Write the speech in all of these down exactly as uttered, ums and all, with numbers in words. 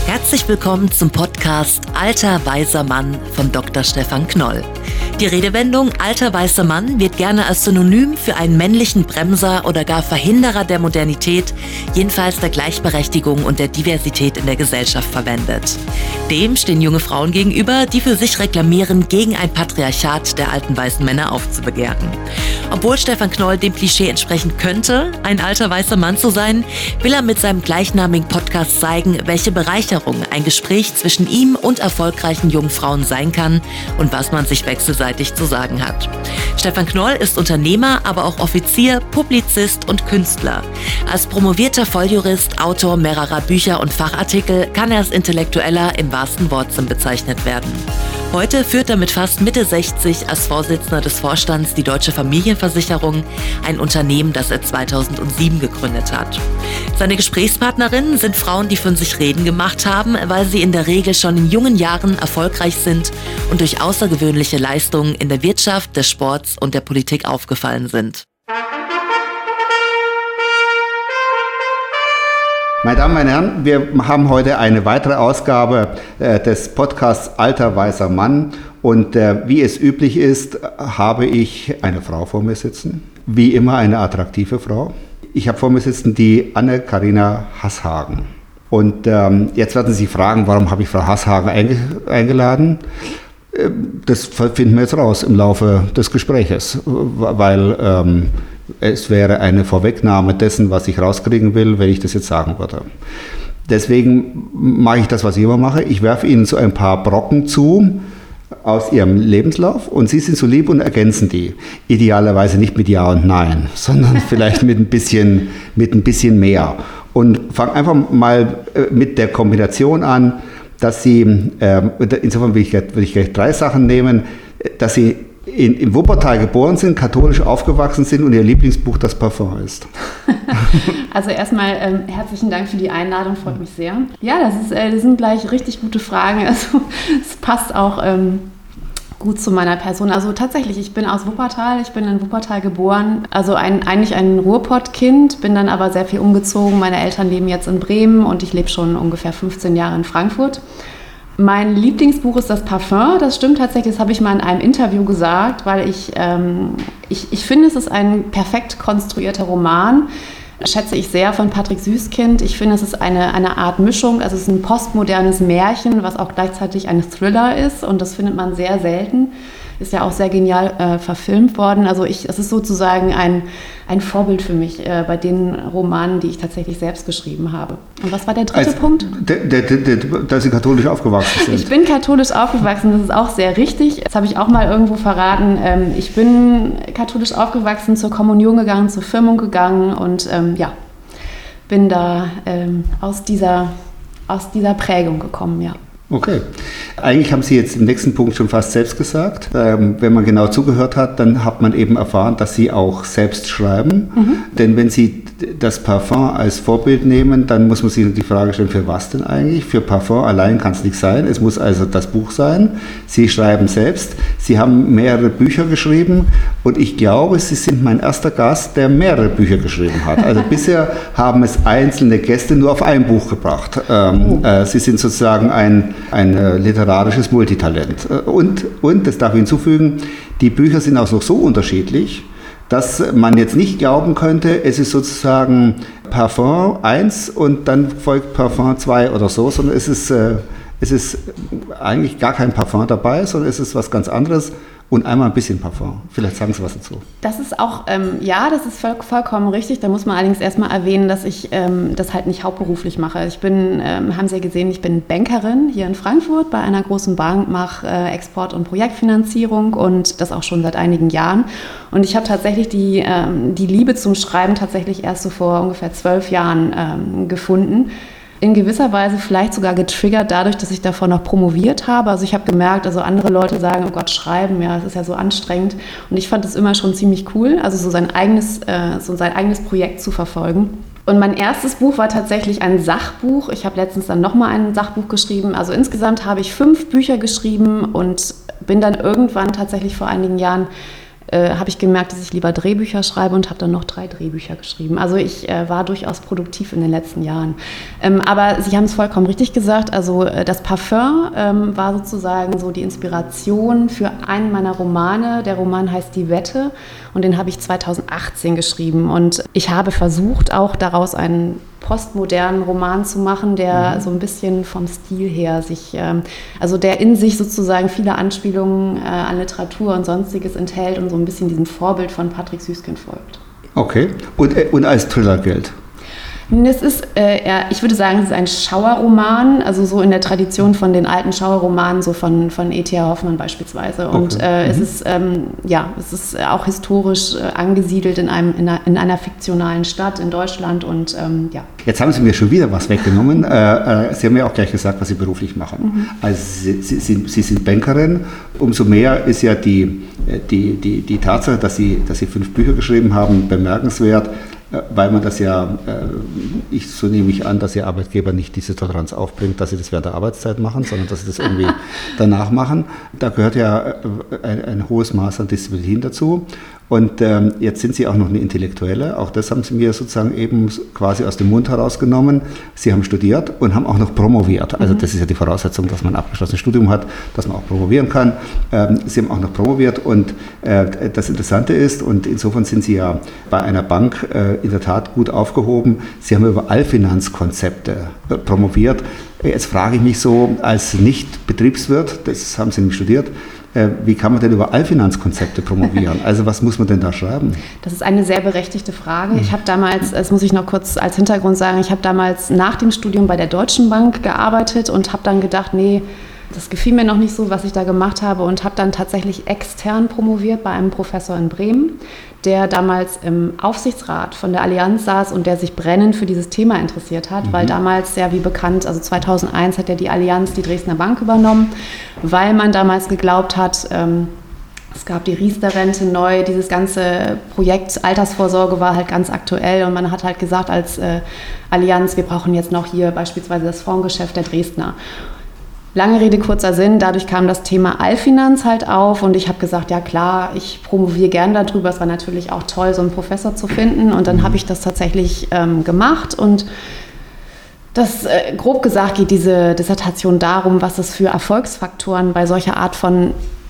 Herzlich willkommen zum Podcast Alter weiser Mann von Doktor Stefan Knoll. Die Redewendung alter weißer Mann wird gerne als Synonym für einen männlichen Bremser oder gar Verhinderer der Modernität, jedenfalls der Gleichberechtigung und der Diversität in der Gesellschaft verwendet. Dem stehen junge Frauen gegenüber, die für sich reklamieren, gegen ein Patriarchat der alten weißen Männer aufzubegehren. Obwohl Stefan Knoll dem Klischee entsprechen könnte, ein alter weißer Mann zu sein, will er mit seinem gleichnamigen Podcast zeigen, welche Bereicherung ein Gespräch zwischen ihm und erfolgreichen jungen Frauen sein kann und was man sich wechselseitig zu sagen hat. Stefan Knoll ist Unternehmer, aber auch Offizier, Publizist und Künstler. Als promovierter Volljurist, Autor mehrerer Bücher und Fachartikel kann er als Intellektueller im wahrsten Wortsinn bezeichnet werden. Heute führt er mit fast Mitte sechzig als Vorsitzender des Vorstands die Deutsche Familienversicherung, ein Unternehmen, das er zweitausendsieben gegründet hat. Seine Gesprächspartnerinnen sind Frauen, die von sich reden gemacht haben, weil sie in der Regel schon in jungen Jahren erfolgreich sind und durch außergewöhnliche Leistungen in der Wirtschaft, des Sports und der Politik aufgefallen sind. Meine Damen, meine Herren, wir haben heute eine weitere Ausgabe äh, des Podcasts Alter weißer Mann und äh, wie es üblich ist, habe ich eine Frau vor mir sitzen, wie immer eine attraktive Frau. Ich habe vor mir sitzen die Anne-Carina Haßhagen und ähm, jetzt werden Sie fragen, warum habe ich Frau Haßhagen einge- eingeladen? Äh, das finden wir jetzt raus im Laufe des Gespräches, weil ähm, es wäre eine Vorwegnahme dessen, was ich rauskriegen will, wenn ich das jetzt sagen würde. Deswegen mache ich das, was ich immer mache. Ich werfe Ihnen so ein paar Brocken zu aus Ihrem Lebenslauf und Sie sind so lieb und ergänzen die. Idealerweise nicht mit Ja und Nein, sondern vielleicht mit ein bisschen, mit ein bisschen mehr. Und fange einfach mal mit der Kombination an, dass Sie, äh, insofern will ich, will ich gleich drei Sachen nehmen, dass Sie In, in Wuppertal geboren sind, katholisch aufgewachsen sind und Ihr Lieblingsbuch das Parfum ist. Also erstmal ähm, herzlichen Dank für die Einladung, freut mich sehr. Ja, das, ist, äh, das sind gleich richtig gute Fragen. Also es passt auch ähm, gut zu meiner Person. Also tatsächlich, ich bin aus Wuppertal, ich bin in Wuppertal geboren, also ein, eigentlich ein Ruhrpott-Kind, bin dann aber sehr viel umgezogen. Meine Eltern leben jetzt in Bremen und ich lebe schon ungefähr fünfzehn Jahre in Frankfurt. Mein Lieblingsbuch ist das Parfum, das stimmt tatsächlich, das habe ich mal in einem Interview gesagt, weil ich, ähm, ich, ich finde, es ist ein perfekt konstruierter Roman, schätze ich sehr, von Patrick Süskind. Ich finde, es ist eine, eine Art Mischung, also es ist ein postmodernes Märchen, was auch gleichzeitig ein Thriller ist und das findet man sehr selten. Ist ja auch sehr genial äh, verfilmt worden. Also ich, es ist sozusagen ein, ein Vorbild für mich äh, bei den Romanen, die ich tatsächlich selbst geschrieben habe. Und was war der dritte also, Punkt? Der, der, der, dass Sie katholisch aufgewachsen sind. Ich bin katholisch aufgewachsen, das ist auch sehr richtig. Das habe ich auch mal irgendwo verraten. Ähm, ich bin katholisch aufgewachsen, zur Kommunion gegangen, zur Firmung gegangen und ähm, ja, bin da ähm, aus, dieser, aus dieser Prägung gekommen, ja. Okay. Eigentlich haben Sie jetzt im nächsten Punkt schon fast selbst gesagt. Ähm, wenn man genau zugehört hat, dann hat man eben erfahren, dass Sie auch selbst schreiben. Mhm. Denn wenn Sie das Parfum als Vorbild nehmen, dann muss man sich die Frage stellen, für was denn eigentlich? Für Parfum allein kann es nicht sein. Es muss also das Buch sein. Sie schreiben selbst. Sie haben mehrere Bücher geschrieben und ich glaube, Sie sind mein erster Gast, der mehrere Bücher geschrieben hat. Also bisher haben es einzelne Gäste nur auf ein Buch gebracht. Ähm, oh. äh, Sie sind sozusagen ein ein äh, literarisches Multitalent. Und, und, das darf ich hinzufügen, die Bücher sind auch noch so unterschiedlich, dass man jetzt nicht glauben könnte, es ist sozusagen Parfum eins und dann folgt Parfum zwei oder so, sondern es ist, äh, es ist eigentlich gar kein Parfum dabei, sondern es ist was ganz anderes. Und einmal ein bisschen Parfum. Vielleicht sagen Sie was dazu. Das ist auch, ähm, ja, das ist voll, vollkommen richtig. Da muss man allerdings erstmal erwähnen, dass ich ähm, das halt nicht hauptberuflich mache. Ich bin, ähm, haben Sie ja gesehen, ich bin Bankerin hier in Frankfurt bei einer großen Bank, mache äh, Export- und Projektfinanzierung und das auch schon seit einigen Jahren. Und ich habe tatsächlich die, ähm, die Liebe zum Schreiben tatsächlich erst so vor ungefähr zwölf Jahren ähm, gefunden. In gewisser Weise vielleicht sogar getriggert dadurch, dass ich davor noch promoviert habe. Also ich habe gemerkt, also andere Leute sagen, oh Gott, schreiben, ja, das ist ja so anstrengend. Und ich fand es immer schon ziemlich cool, also so sein eigenes, äh, so sein eigenes Projekt zu verfolgen. Und mein erstes Buch war tatsächlich ein Sachbuch. Ich habe letztens dann nochmal ein Sachbuch geschrieben. Also insgesamt habe ich fünf Bücher geschrieben und bin dann irgendwann tatsächlich vor einigen Jahren äh, habe ich gemerkt, dass ich lieber Drehbücher schreibe und habe dann noch drei Drehbücher geschrieben. Also ich äh, war durchaus produktiv in den letzten Jahren. Ähm, aber Sie haben es vollkommen richtig gesagt, also äh, das Parfum ähm, war sozusagen so die Inspiration für einen meiner Romane. Der Roman heißt Die Wette und den habe ich zweitausendachtzehn geschrieben. Und ich habe versucht, auch daraus einen postmodernen Roman zu machen, der mhm. so ein bisschen vom Stil her sich, ähm, also der in sich sozusagen viele Anspielungen äh, an Literatur und Sonstiges enthält und so ein bisschen diesem Vorbild von Patrick Süskind folgt. Okay. Und, äh, und als Thriller gilt? Es ist, äh, eher, ich würde sagen, es ist ein Schauerroman, also so in der Tradition von den alten Schauerromanen, so von, von E T H Hoffmann beispielsweise. Okay. Und äh, mhm. es ist, ähm, ja, es ist auch historisch äh, angesiedelt in, einem, in, einer, in einer fiktionalen Stadt in Deutschland und ähm, ja. Jetzt haben Sie mir schon wieder was weggenommen. äh, äh, Sie haben ja auch gleich gesagt, was Sie beruflich machen. Mhm. Also Sie, Sie, Sie, Sie sind Bankerin. Umso mehr ist ja die, die, die, die Tatsache, dass Sie, dass Sie fünf Bücher geschrieben haben, bemerkenswert. Weil man das ja, ich, so nehme ich an, dass Ihr Arbeitgeber nicht diese Toleranz aufbringt, dass Sie das während der Arbeitszeit machen, sondern dass Sie das irgendwie danach machen. Da gehört ja ein, ein hohes Maß an Disziplin dazu. Und ähm, jetzt sind Sie auch noch eine Intellektuelle. Auch das haben Sie mir sozusagen eben quasi aus dem Mund herausgenommen. Sie haben studiert und haben auch noch promoviert. Also das ist ja die Voraussetzung, dass man ein abgeschlossenes Studium hat, dass man auch promovieren kann. Ähm, Sie haben auch noch promoviert und äh, das Interessante ist, und insofern sind Sie ja bei einer Bank äh, in der Tat gut aufgehoben. Sie haben über Allfinanzkonzepte äh, promoviert. Jetzt frage ich mich so, als Nicht-Betriebswirt, das haben Sie nicht studiert, wie kann man denn über Allfinanzkonzepte promovieren? Also was muss man denn da schreiben? Das ist eine sehr berechtigte Frage. Ich habe damals, das muss ich noch kurz als Hintergrund sagen, ich habe damals nach dem Studium bei der Deutschen Bank gearbeitet und habe dann gedacht, nee, das gefiel mir noch nicht so, was ich da gemacht habe, und habe dann tatsächlich extern promoviert bei einem Professor in Bremen, der damals im Aufsichtsrat von der Allianz saß und der sich brennend für dieses Thema interessiert hat, mhm. weil damals, ja wie bekannt, also zweitausendeins hat ja die Allianz die Dresdner Bank übernommen, weil man damals geglaubt hat, ähm, es gab die Riester-Rente neu, dieses ganze Projekt Altersvorsorge war halt ganz aktuell und man hat halt gesagt als äh, Allianz, wir brauchen jetzt noch hier beispielsweise das Fondsgeschäft der Dresdner. Lange Rede, kurzer Sinn, dadurch kam das Thema Allfinanz halt auf und ich habe gesagt, ja klar, ich promoviere gern darüber. Es war natürlich auch toll, so einen Professor zu finden, und dann habe ich das tatsächlich ähm, gemacht, und das, äh, grob gesagt, geht diese Dissertation darum, was es für Erfolgsfaktoren bei solcher Art von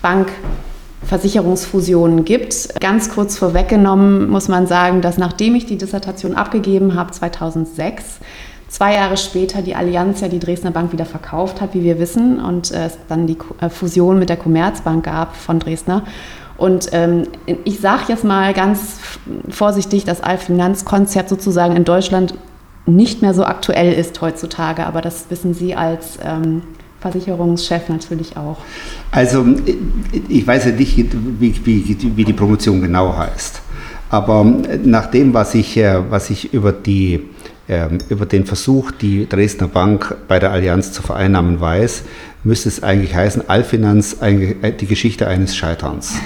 Bankversicherungsfusionen gibt. Ganz kurz vorweggenommen muss man sagen, dass nachdem ich die Dissertation abgegeben habe, zweitausendsechs, zwei Jahre später die Allianz ja die Dresdner Bank wieder verkauft hat, wie wir wissen, und äh, es dann die Fusion mit der Commerzbank gab von Dresdner. Und ähm, ich sage jetzt mal ganz vorsichtig, dass Allfinanzkonzept sozusagen in Deutschland nicht mehr so aktuell ist heutzutage, aber das wissen Sie als ähm, Versicherungschef natürlich auch. Also ich weiß ja nicht, wie, wie, wie die Promotion genau heißt, aber nach dem, was ich, was ich über die über den Versuch, die Dresdner Bank bei der Allianz zu vereinnahmen weiß, müsste es eigentlich heißen, Allfinanz, die Geschichte eines Scheiterns.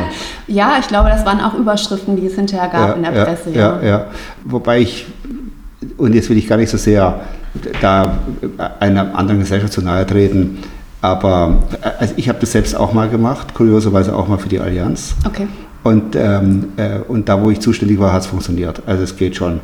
Ja, ich glaube, das waren auch Überschriften, die es hinterher gab ja, in der Presse. Ja, ja, ja. Wobei ich, und jetzt will ich gar nicht so sehr da einer anderen Gesellschaft zu nahe treten, aber also ich habe das selbst auch mal gemacht, kurioserweise auch mal für die Allianz. Okay. Und, ähm, äh, und da, wo ich zuständig war, hat es funktioniert. Also es geht schon.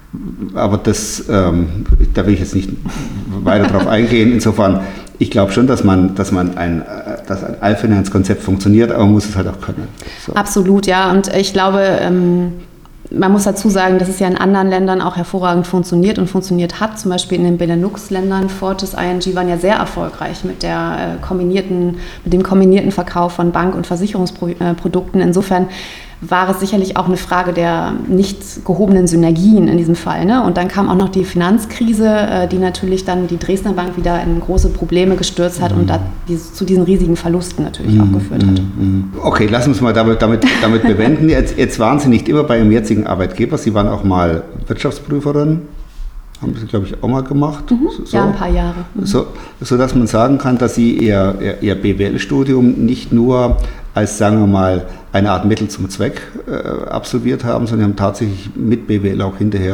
Aber das, ähm, da will ich jetzt nicht weiter drauf eingehen. Insofern, ich glaube schon, dass man, dass man ein, dass ein Allfinanzkonzept funktioniert, aber man muss es halt auch können. So. Absolut, ja. Und ich glaube, ähm, man muss dazu sagen, dass es ja in anderen Ländern auch hervorragend funktioniert und funktioniert hat. Zum Beispiel in den Benelux-Ländern, Fortis, I N G waren ja sehr erfolgreich mit der äh, kombinierten, mit dem kombinierten Verkauf von Bank- und Versicherungsprodukten. Insofern war es sicherlich auch eine Frage der nicht gehobenen Synergien in diesem Fall. Ne? Und dann kam auch noch die Finanzkrise, die natürlich dann die Dresdner Bank wieder in große Probleme gestürzt hat mhm. und da die, zu diesen riesigen Verlusten natürlich mhm. auch geführt hat. Okay, lassen wir es mal damit, damit, damit bewenden. Jetzt, jetzt waren Sie nicht immer bei Ihrem jetzigen Arbeitgeber, Sie waren auch mal Wirtschaftsprüferin. Haben Sie, glaube ich, auch mal gemacht. Mhm. So, ja, ein paar Jahre. Mhm. So, so dass man sagen kann, dass Sie Ihr, Ihr, Ihr B W L-Studium nicht nur als, sagen wir mal, eine Art Mittel zum Zweck äh, absolviert haben, sondern haben tatsächlich mit B W L auch hinterher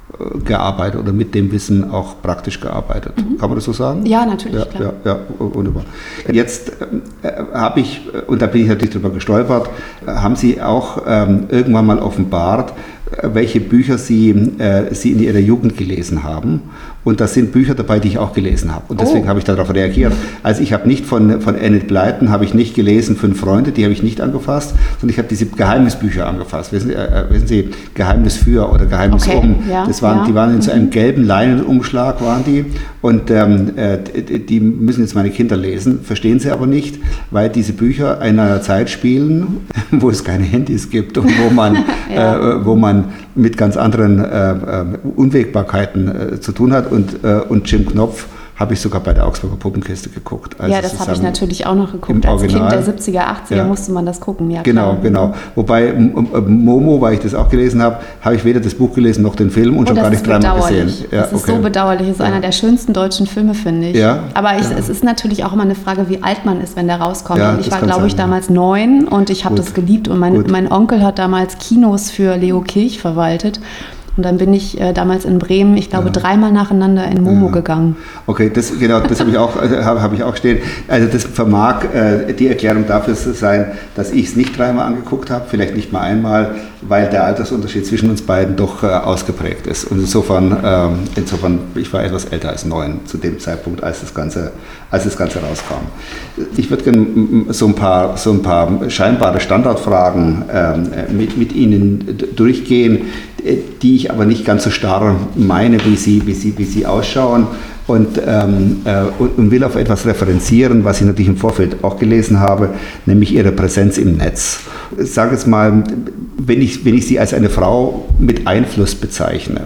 gearbeitet oder mit dem Wissen auch praktisch gearbeitet. Mhm. Kann man das so sagen? Ja, natürlich. Ja, klar. ja, ja, wunderbar. Jetzt äh, habe ich, und da bin ich natürlich drüber gestolpert, haben Sie auch ähm, irgendwann mal offenbart, welche Bücher Sie, äh, Sie in Ihrer Jugend gelesen haben. Und da sind Bücher dabei, die ich auch gelesen habe. Und deswegen oh. habe ich darauf reagiert. Also ich habe nicht von, von Enid Blyton, habe ich nicht gelesen, Fünf Freunde, die habe ich nicht angefasst, sondern ich habe diese Geheimnisbücher angefasst. Wissen, äh, wissen Sie, Geheimnis für oder Geheimnis okay. um. Ja, das waren, ja. Die waren in so einem mhm. gelben Leinenumschlag, waren die. Und ähm, äh, die müssen jetzt meine Kinder lesen, verstehen sie aber nicht, weil diese Bücher in einer Zeit spielen, wo es keine Handys gibt und wo man, ja. äh, wo man mit ganz anderen äh, äh, Unwägbarkeiten äh, zu tun hat. Und, äh, und Jim Knopf habe ich sogar bei der Augsburger Puppenkiste geguckt. Also ja, das habe ich natürlich auch noch geguckt. Als Original. Kind der siebziger, achtziger ja. musste man das gucken. Ja, genau, klar. genau. Wobei Momo, weil ich das auch gelesen habe, habe ich weder das Buch gelesen noch den Film und oh, schon gar nicht dreimal gesehen. Ja, das ist okay. so bedauerlich. Das ist ja. einer der schönsten deutschen Filme, finde ich. Ja. Aber ich, ja. es ist natürlich auch immer eine Frage, wie alt man ist, wenn der rauskommt. Ja, und ich war, glaube ich, damals neun und ich habe das geliebt. Und mein, mein Onkel hat damals Kinos für Leo Kirch verwaltet. Und dann bin ich äh, damals in Bremen, ich glaube, ja. dreimal nacheinander in Momo ja. gegangen. Okay, das, genau, das habe ich, auch, äh, hab, hab ich auch stehen. Also das vermag äh, die Erklärung dafür zu sein, dass ich es nicht dreimal angeguckt habe, vielleicht nicht mal einmal, weil der Altersunterschied zwischen uns beiden doch äh, ausgeprägt ist. Und insofern, äh, insofern, ich war etwas älter als neun zu dem Zeitpunkt, als das Ganze, als das Ganze rauskam. Ich würde gerne so ein paar, so ein paar scheinbare Standardfragen äh, mit, mit Ihnen durchgehen, die ich aber nicht ganz so starr meine, wie sie, wie sie, wie sie ausschauen und, ähm, äh, und, und will auf etwas referenzieren, was ich natürlich im Vorfeld auch gelesen habe, nämlich ihre Präsenz im Netz. Ich sage jetzt mal, wenn ich, wenn ich sie als eine Frau mit Einfluss bezeichne,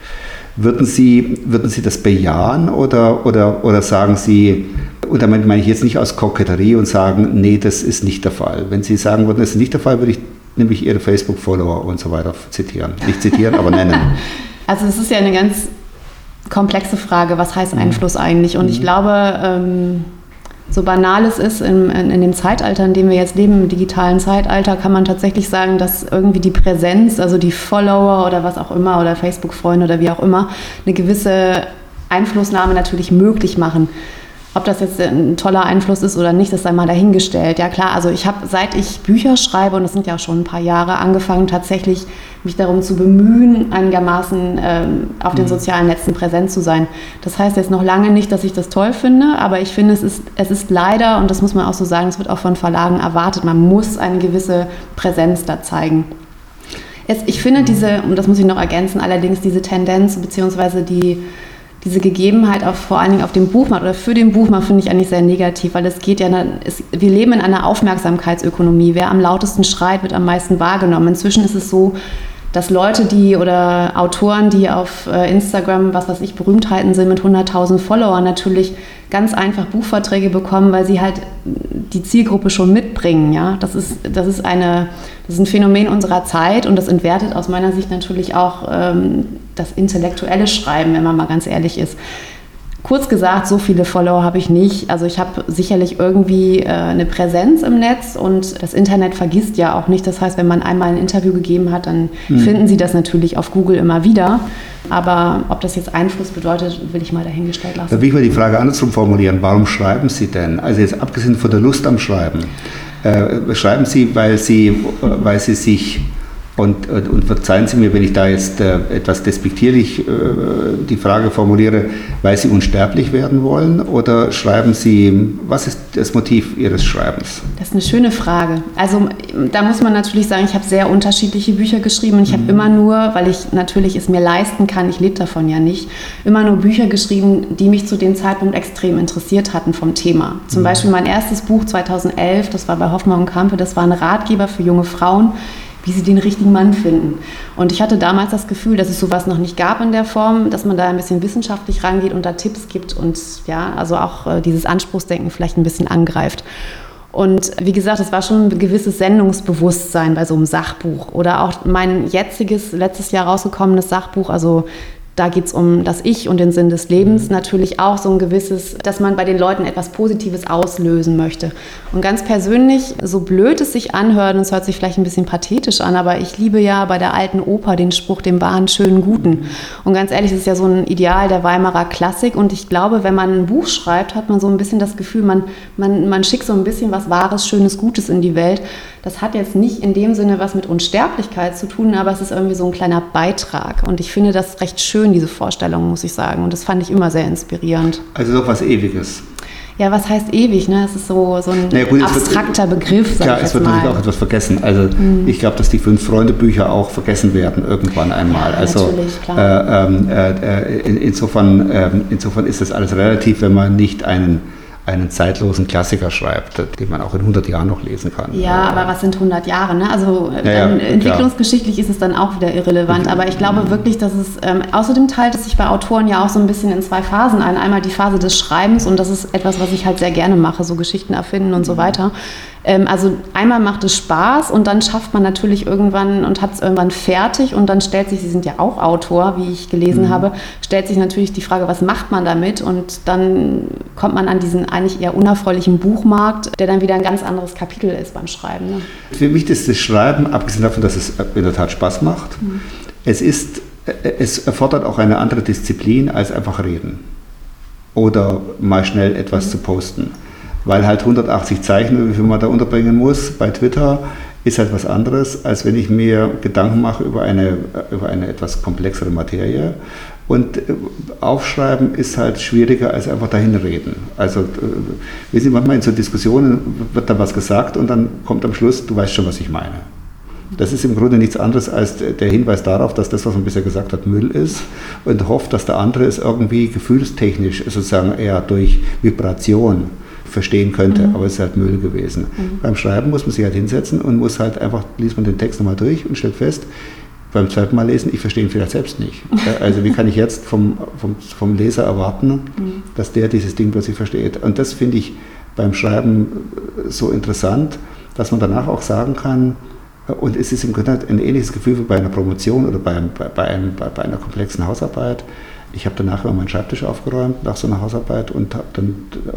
würden Sie, würden sie das bejahen oder, oder, oder sagen Sie, und damit meine ich jetzt nicht aus Koketterie und sagen, nee, das ist nicht der Fall. Wenn Sie sagen würden, das ist nicht der Fall, würde ich nämlich Ihre Facebook-Follower und so weiter zitieren. Nicht zitieren, aber nennen. Also es ist ja eine ganz komplexe Frage, was heißt Einfluss eigentlich? Und mhm. ich glaube, ähm, so banal es ist, in, in, in dem Zeitalter, in dem wir jetzt leben, im digitalen Zeitalter, kann man tatsächlich sagen, dass irgendwie die Präsenz, also die Follower oder was auch immer oder Facebook-Freunde oder wie auch immer, eine gewisse Einflussnahme natürlich möglich machen. Ob das jetzt ein toller Einfluss ist oder nicht, das sei mal dahingestellt. Ja klar, also ich habe, seit ich Bücher schreibe, und das sind ja auch schon ein paar Jahre, angefangen tatsächlich mich darum zu bemühen, einigermaßen ähm, auf den sozialen Netzen präsent zu sein. Das heißt jetzt noch lange nicht, dass ich das toll finde, aber ich finde, es ist, es ist leider, und das muss man auch so sagen, es wird auch von Verlagen erwartet, man muss eine gewisse Präsenz da zeigen. Es, ich finde diese, und das muss ich noch ergänzen, allerdings diese Tendenz bzw. die Diese Gegebenheit auf, vor allen Dingen auf dem Buchmarkt oder für den Buchmarkt finde ich eigentlich sehr negativ, weil es geht ja, es, wir leben in einer Aufmerksamkeitsökonomie. Wer am lautesten schreit, wird am meisten wahrgenommen. Inzwischen ist es so, dass Leute, die oder Autoren, die auf Instagram, was weiß ich, Berühmtheiten sind mit hunderttausend Followern, natürlich ganz einfach Buchverträge bekommen, weil sie halt die Zielgruppe schon mitbringen. Ja? Das ist, das ist eine, das ist ein Phänomen unserer Zeit und das entwertet aus meiner Sicht natürlich auch ähm, das intellektuelle Schreiben, wenn man mal ganz ehrlich ist. Kurz gesagt, so viele Follower habe ich nicht. Also ich habe sicherlich irgendwie äh, eine Präsenz im Netz und das Internet vergisst ja auch nicht. Das heißt, wenn man einmal ein Interview gegeben hat, dann mhm. finden Sie das natürlich auf Google immer wieder. Aber ob das jetzt Einfluss bedeutet, will ich mal dahingestellt lassen. Da will ich mal die Frage andersrum formulieren. Warum schreiben Sie denn? Also jetzt abgesehen von der Lust am Schreiben. Äh, schreiben Sie, weil Sie, äh, weil Sie sich... Und, und, und verzeihen Sie mir, wenn ich da jetzt äh, etwas despektierlich äh, die Frage formuliere, weil Sie unsterblich werden wollen oder schreiben Sie, was ist das Motiv Ihres Schreibens? Das ist eine schöne Frage. Also da muss man natürlich sagen, ich habe sehr unterschiedliche Bücher geschrieben und ich habe mhm. immer nur, weil ich natürlich es mir leisten kann, ich lebe davon ja nicht, immer nur Bücher geschrieben, die mich zu dem Zeitpunkt extrem interessiert hatten vom Thema. Zum mhm. Beispiel mein erstes Buch zweitausendelf, das war bei Hoffmann und Campe, das war ein Ratgeber für junge Frauen, wie sie den richtigen Mann finden. Und ich hatte damals das Gefühl, dass es sowas noch nicht gab in der Form, dass man da ein bisschen wissenschaftlich rangeht und da Tipps gibt und ja, also auch äh, dieses Anspruchsdenken vielleicht ein bisschen angreift. Und wie gesagt, es war schon ein gewisses Sendungsbewusstsein bei so einem Sachbuch. Oder auch mein jetziges, letztes Jahr rausgekommenes Sachbuch, also Da geht es um das Ich und den Sinn des Lebens. Natürlich auch so ein gewisses, dass man bei den Leuten etwas Positives auslösen möchte. Und ganz persönlich, so blöd es sich anhört, und es hört sich vielleicht ein bisschen pathetisch an, aber ich liebe ja bei der alten Oper den Spruch, dem wahren, schönen, guten. Und ganz ehrlich, es ist ja so ein Ideal der Weimarer Klassik. Und ich glaube, wenn man ein Buch schreibt, hat man so ein bisschen das Gefühl, man, man, man schickt so ein bisschen was Wahres, Schönes, Gutes in die Welt. Das hat jetzt nicht in dem Sinne was mit Unsterblichkeit zu tun, aber es ist irgendwie so ein kleiner Beitrag. Und ich finde das recht schön, diese Vorstellung, muss ich sagen. Und das fand ich immer sehr inspirierend. Also doch was Ewiges. Ja, was heißt ewig? Ne? Es ist so, so ein naja, gut, abstrakter wird, Begriff, sag ja, ich jetzt es wird mal. natürlich auch etwas vergessen. Also mhm. ich glaube, dass die Fünf-Freunde-Bücher auch vergessen werden irgendwann einmal. Ja, also natürlich, klar. Äh, äh, in, insofern, äh, insofern ist das alles relativ, wenn man nicht einen einen zeitlosen Klassiker schreibt, den man auch in hundert Jahren noch lesen kann. Ja, aber was sind hundert Jahre? Ne? Also ja, ja, entwicklungsgeschichtlich ist es dann auch wieder irrelevant. Aber ich glaube wirklich, dass es, ähm, außerdem teilt es sich bei Autoren ja auch so ein bisschen in zwei Phasen ein. Einmal die Phase des Schreibens, und das ist etwas, was ich halt sehr gerne mache, so Geschichten erfinden und so weiter. Ähm, also einmal macht es Spaß und dann schafft man natürlich irgendwann und hat es irgendwann fertig und dann stellt sich, Sie sind ja auch Autor, wie ich gelesen mhm. habe, stellt sich natürlich die Frage, was macht man damit? Und dann kommt man an diesen eigentlich eher unerfreulichen Buchmarkt, der dann wieder ein ganz anderes Kapitel ist beim Schreiben. Ne? Für mich ist das Schreiben, abgesehen davon, dass es in der Tat Spaß macht, mhm. es ist, es erfordert auch eine andere Disziplin als einfach reden oder mal schnell etwas mhm. zu posten. Weil halt hundertachtzig Zeichen, wie viel man da unterbringen muss bei Twitter, ist halt was anderes, als wenn ich mir Gedanken mache über eine, über eine etwas komplexere Materie. Und aufschreiben ist halt schwieriger als einfach dahin reden. Also, wir sind manchmal in so Diskussionen, wird da was gesagt und dann kommt am Schluss, du weißt schon, was ich meine. Das ist im Grunde nichts anderes als der Hinweis darauf, dass das, was man bisher gesagt hat, Müll ist und hofft, dass der andere es irgendwie gefühlstechnisch sozusagen eher durch Vibration verstehen könnte, mhm. aber es ist halt Müll gewesen. Mhm. Beim Schreiben muss man sich halt hinsetzen und muss halt einfach, liest man den Text nochmal durch und stellt fest, beim zweiten Mal lesen, ich verstehe ihn vielleicht selbst nicht. Also wie kann ich jetzt vom, vom, vom Leser erwarten, mhm. dass der dieses Ding plötzlich versteht? Und das finde ich beim Schreiben so interessant, dass man danach auch sagen kann, und es ist im Grunde ein ähnliches Gefühl wie bei einer Promotion oder bei, einem, bei, einem, bei, bei einer komplexen Hausarbeit. Ich habe danach immer meinen Schreibtisch aufgeräumt nach so einer Hausarbeit und hab dann,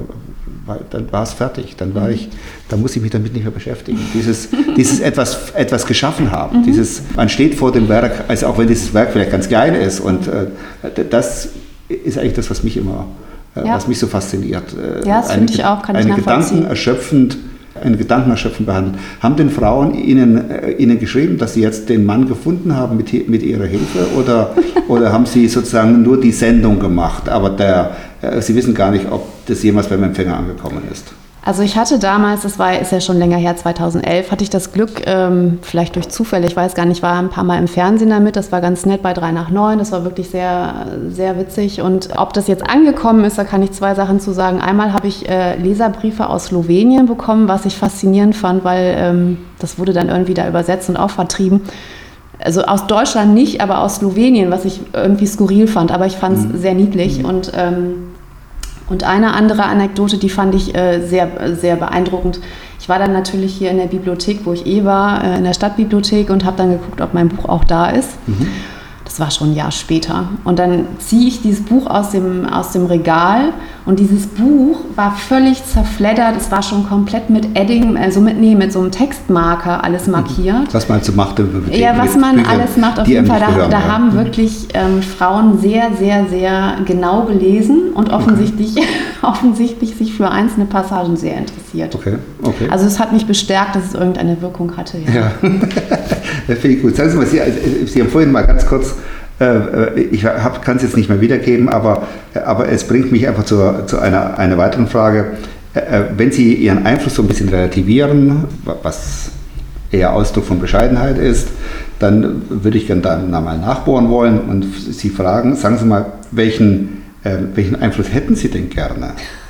dann war es fertig. Dann war ich, da muss ich mich damit nicht mehr beschäftigen. Dieses, dieses etwas, etwas geschaffen haben, mhm. dieses, man steht vor dem Werk, also auch wenn dieses Werk vielleicht ganz geil ist. Und äh, das ist eigentlich das, was mich immer, äh, ja. was mich so fasziniert. Ja, das finde ich auch, kann ich eine nachvollziehen. Gedanken erschöpfend, einen Gedanken erschöpfend behandelt. Haben denn Frauen Ihnen, äh, Ihnen geschrieben, dass Sie jetzt den Mann gefunden haben mit, mit Ihrer Hilfe oder, oder haben Sie sozusagen nur die Sendung gemacht, aber der, äh, Sie wissen gar nicht, ob das jemals beim Empfänger angekommen ist? Also ich hatte damals, das war, ist ja schon länger her, zweitausendelf, hatte ich das Glück, ähm, vielleicht durch Zufall, ich weiß gar nicht, war ein paar Mal im Fernsehen damit, das war ganz nett bei drei nach neun, das war wirklich sehr, sehr witzig. Und ob das jetzt angekommen ist, da kann ich zwei Sachen zu sagen. Einmal habe ich äh, Leserbriefe aus Slowenien bekommen, was ich faszinierend fand, weil ähm, das wurde dann irgendwie da übersetzt und auch vertrieben. Also aus Deutschland nicht, aber aus Slowenien, was ich irgendwie skurril fand, aber ich fand es mhm. sehr niedlich. Und ähm, Und eine andere Anekdote, die fand ich äh, sehr, sehr beeindruckend. Ich war dann natürlich hier in der Bibliothek, wo ich eh war, äh, in der Stadtbibliothek und habe dann geguckt, ob mein Buch auch da ist. Mhm. Das war schon ein Jahr später. Und dann ziehe ich dieses Buch aus dem, aus dem Regal und dieses Buch war völlig zerfleddert. Es war schon komplett mit Edding, also mit, nee, mit so einem Textmarker alles markiert. Was man so macht in der Bibliothek. Ja, was man Bücher, alles macht, auf jeden Fall. Da, gehören, da ja. haben wirklich ähm, Frauen sehr, sehr, sehr genau gelesen und offensichtlich, okay. offensichtlich sich für einzelne Passagen sehr interessiert. Okay, okay. Also es hat mich bestärkt, dass es irgendeine Wirkung hatte. Ja, ja. Das finde ich gut. Sagen Sie mal, Sie, Sie haben vorhin mal ganz kurz, äh, ich kann es jetzt nicht mehr wiedergeben, aber, aber es bringt mich einfach zu, zu einer, einer weiteren Frage. Äh, wenn Sie Ihren Einfluss so ein bisschen relativieren, was eher Ausdruck von Bescheidenheit ist, dann würde ich gerne da mal nachbohren wollen und Sie fragen, sagen Sie mal, welchen, äh, welchen Einfluss hätten Sie denn gerne?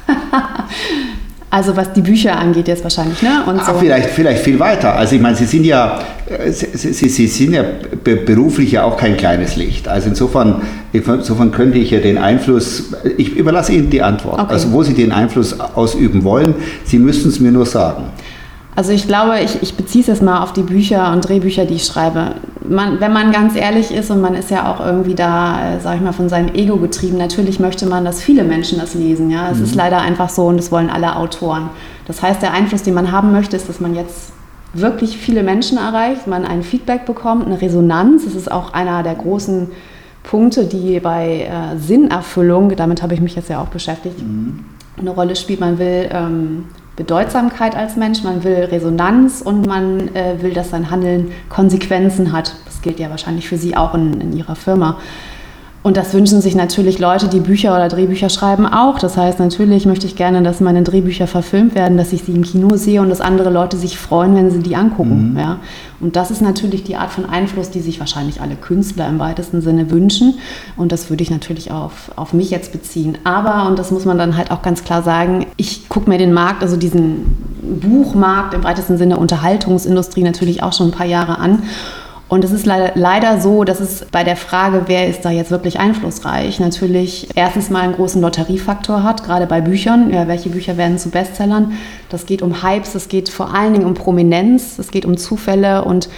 Also was die Bücher angeht jetzt wahrscheinlich, ne? Und so. Ach, vielleicht, vielleicht viel weiter. Also ich meine, Sie sind ja, Sie, Sie, Sie sind ja beruflich ja auch kein kleines Licht. Also insofern, insofern könnte ich ja den Einfluss, ich überlasse Ihnen die Antwort. Okay. Also wo Sie den Einfluss ausüben wollen, Sie müssten es mir nur sagen. Also ich glaube, ich, ich beziehe es jetzt mal auf die Bücher und Drehbücher, die ich schreibe. Man, wenn man ganz ehrlich ist und man ist ja auch irgendwie da, sag ich mal, von seinem Ego getrieben, natürlich möchte man, dass viele Menschen das lesen. Ja? Es mhm. ist leider einfach so und das wollen alle Autoren. Das heißt, der Einfluss, den man haben möchte, ist, dass man jetzt wirklich viele Menschen erreicht, man ein Feedback bekommt, eine Resonanz. Das ist auch einer der großen Punkte, die bei äh, Sinnerfüllung, damit habe ich mich jetzt ja auch beschäftigt, mhm. eine Rolle spielt. Man will ähm, Bedeutsamkeit als Mensch, man will Resonanz und man äh, will, dass sein Handeln Konsequenzen hat. Das gilt ja wahrscheinlich für Sie auch in, in Ihrer Firma. Und das wünschen sich natürlich Leute, die Bücher oder Drehbücher schreiben, auch. Das heißt, natürlich möchte ich gerne, dass meine Drehbücher verfilmt werden, dass ich sie im Kino sehe und dass andere Leute sich freuen, wenn sie die angucken. Mhm. Ja. Und das ist natürlich die Art von Einfluss, die sich wahrscheinlich alle Künstler im weitesten Sinne wünschen. Und das würde ich natürlich auf, auf mich jetzt beziehen. Aber, und das muss man dann halt auch ganz klar sagen, ich gucke mir den Markt, also diesen Buchmarkt im weitesten Sinne Unterhaltungsindustrie natürlich auch schon ein paar Jahre an. Und es ist leider, leider so, dass es bei der Frage, wer ist da jetzt wirklich einflussreich, natürlich erstens mal einen großen Lotteriefaktor hat, gerade bei Büchern. Ja, welche Bücher werden zu Bestsellern? Das geht um Hypes, es geht vor allen Dingen um Prominenz, es geht um Zufälle und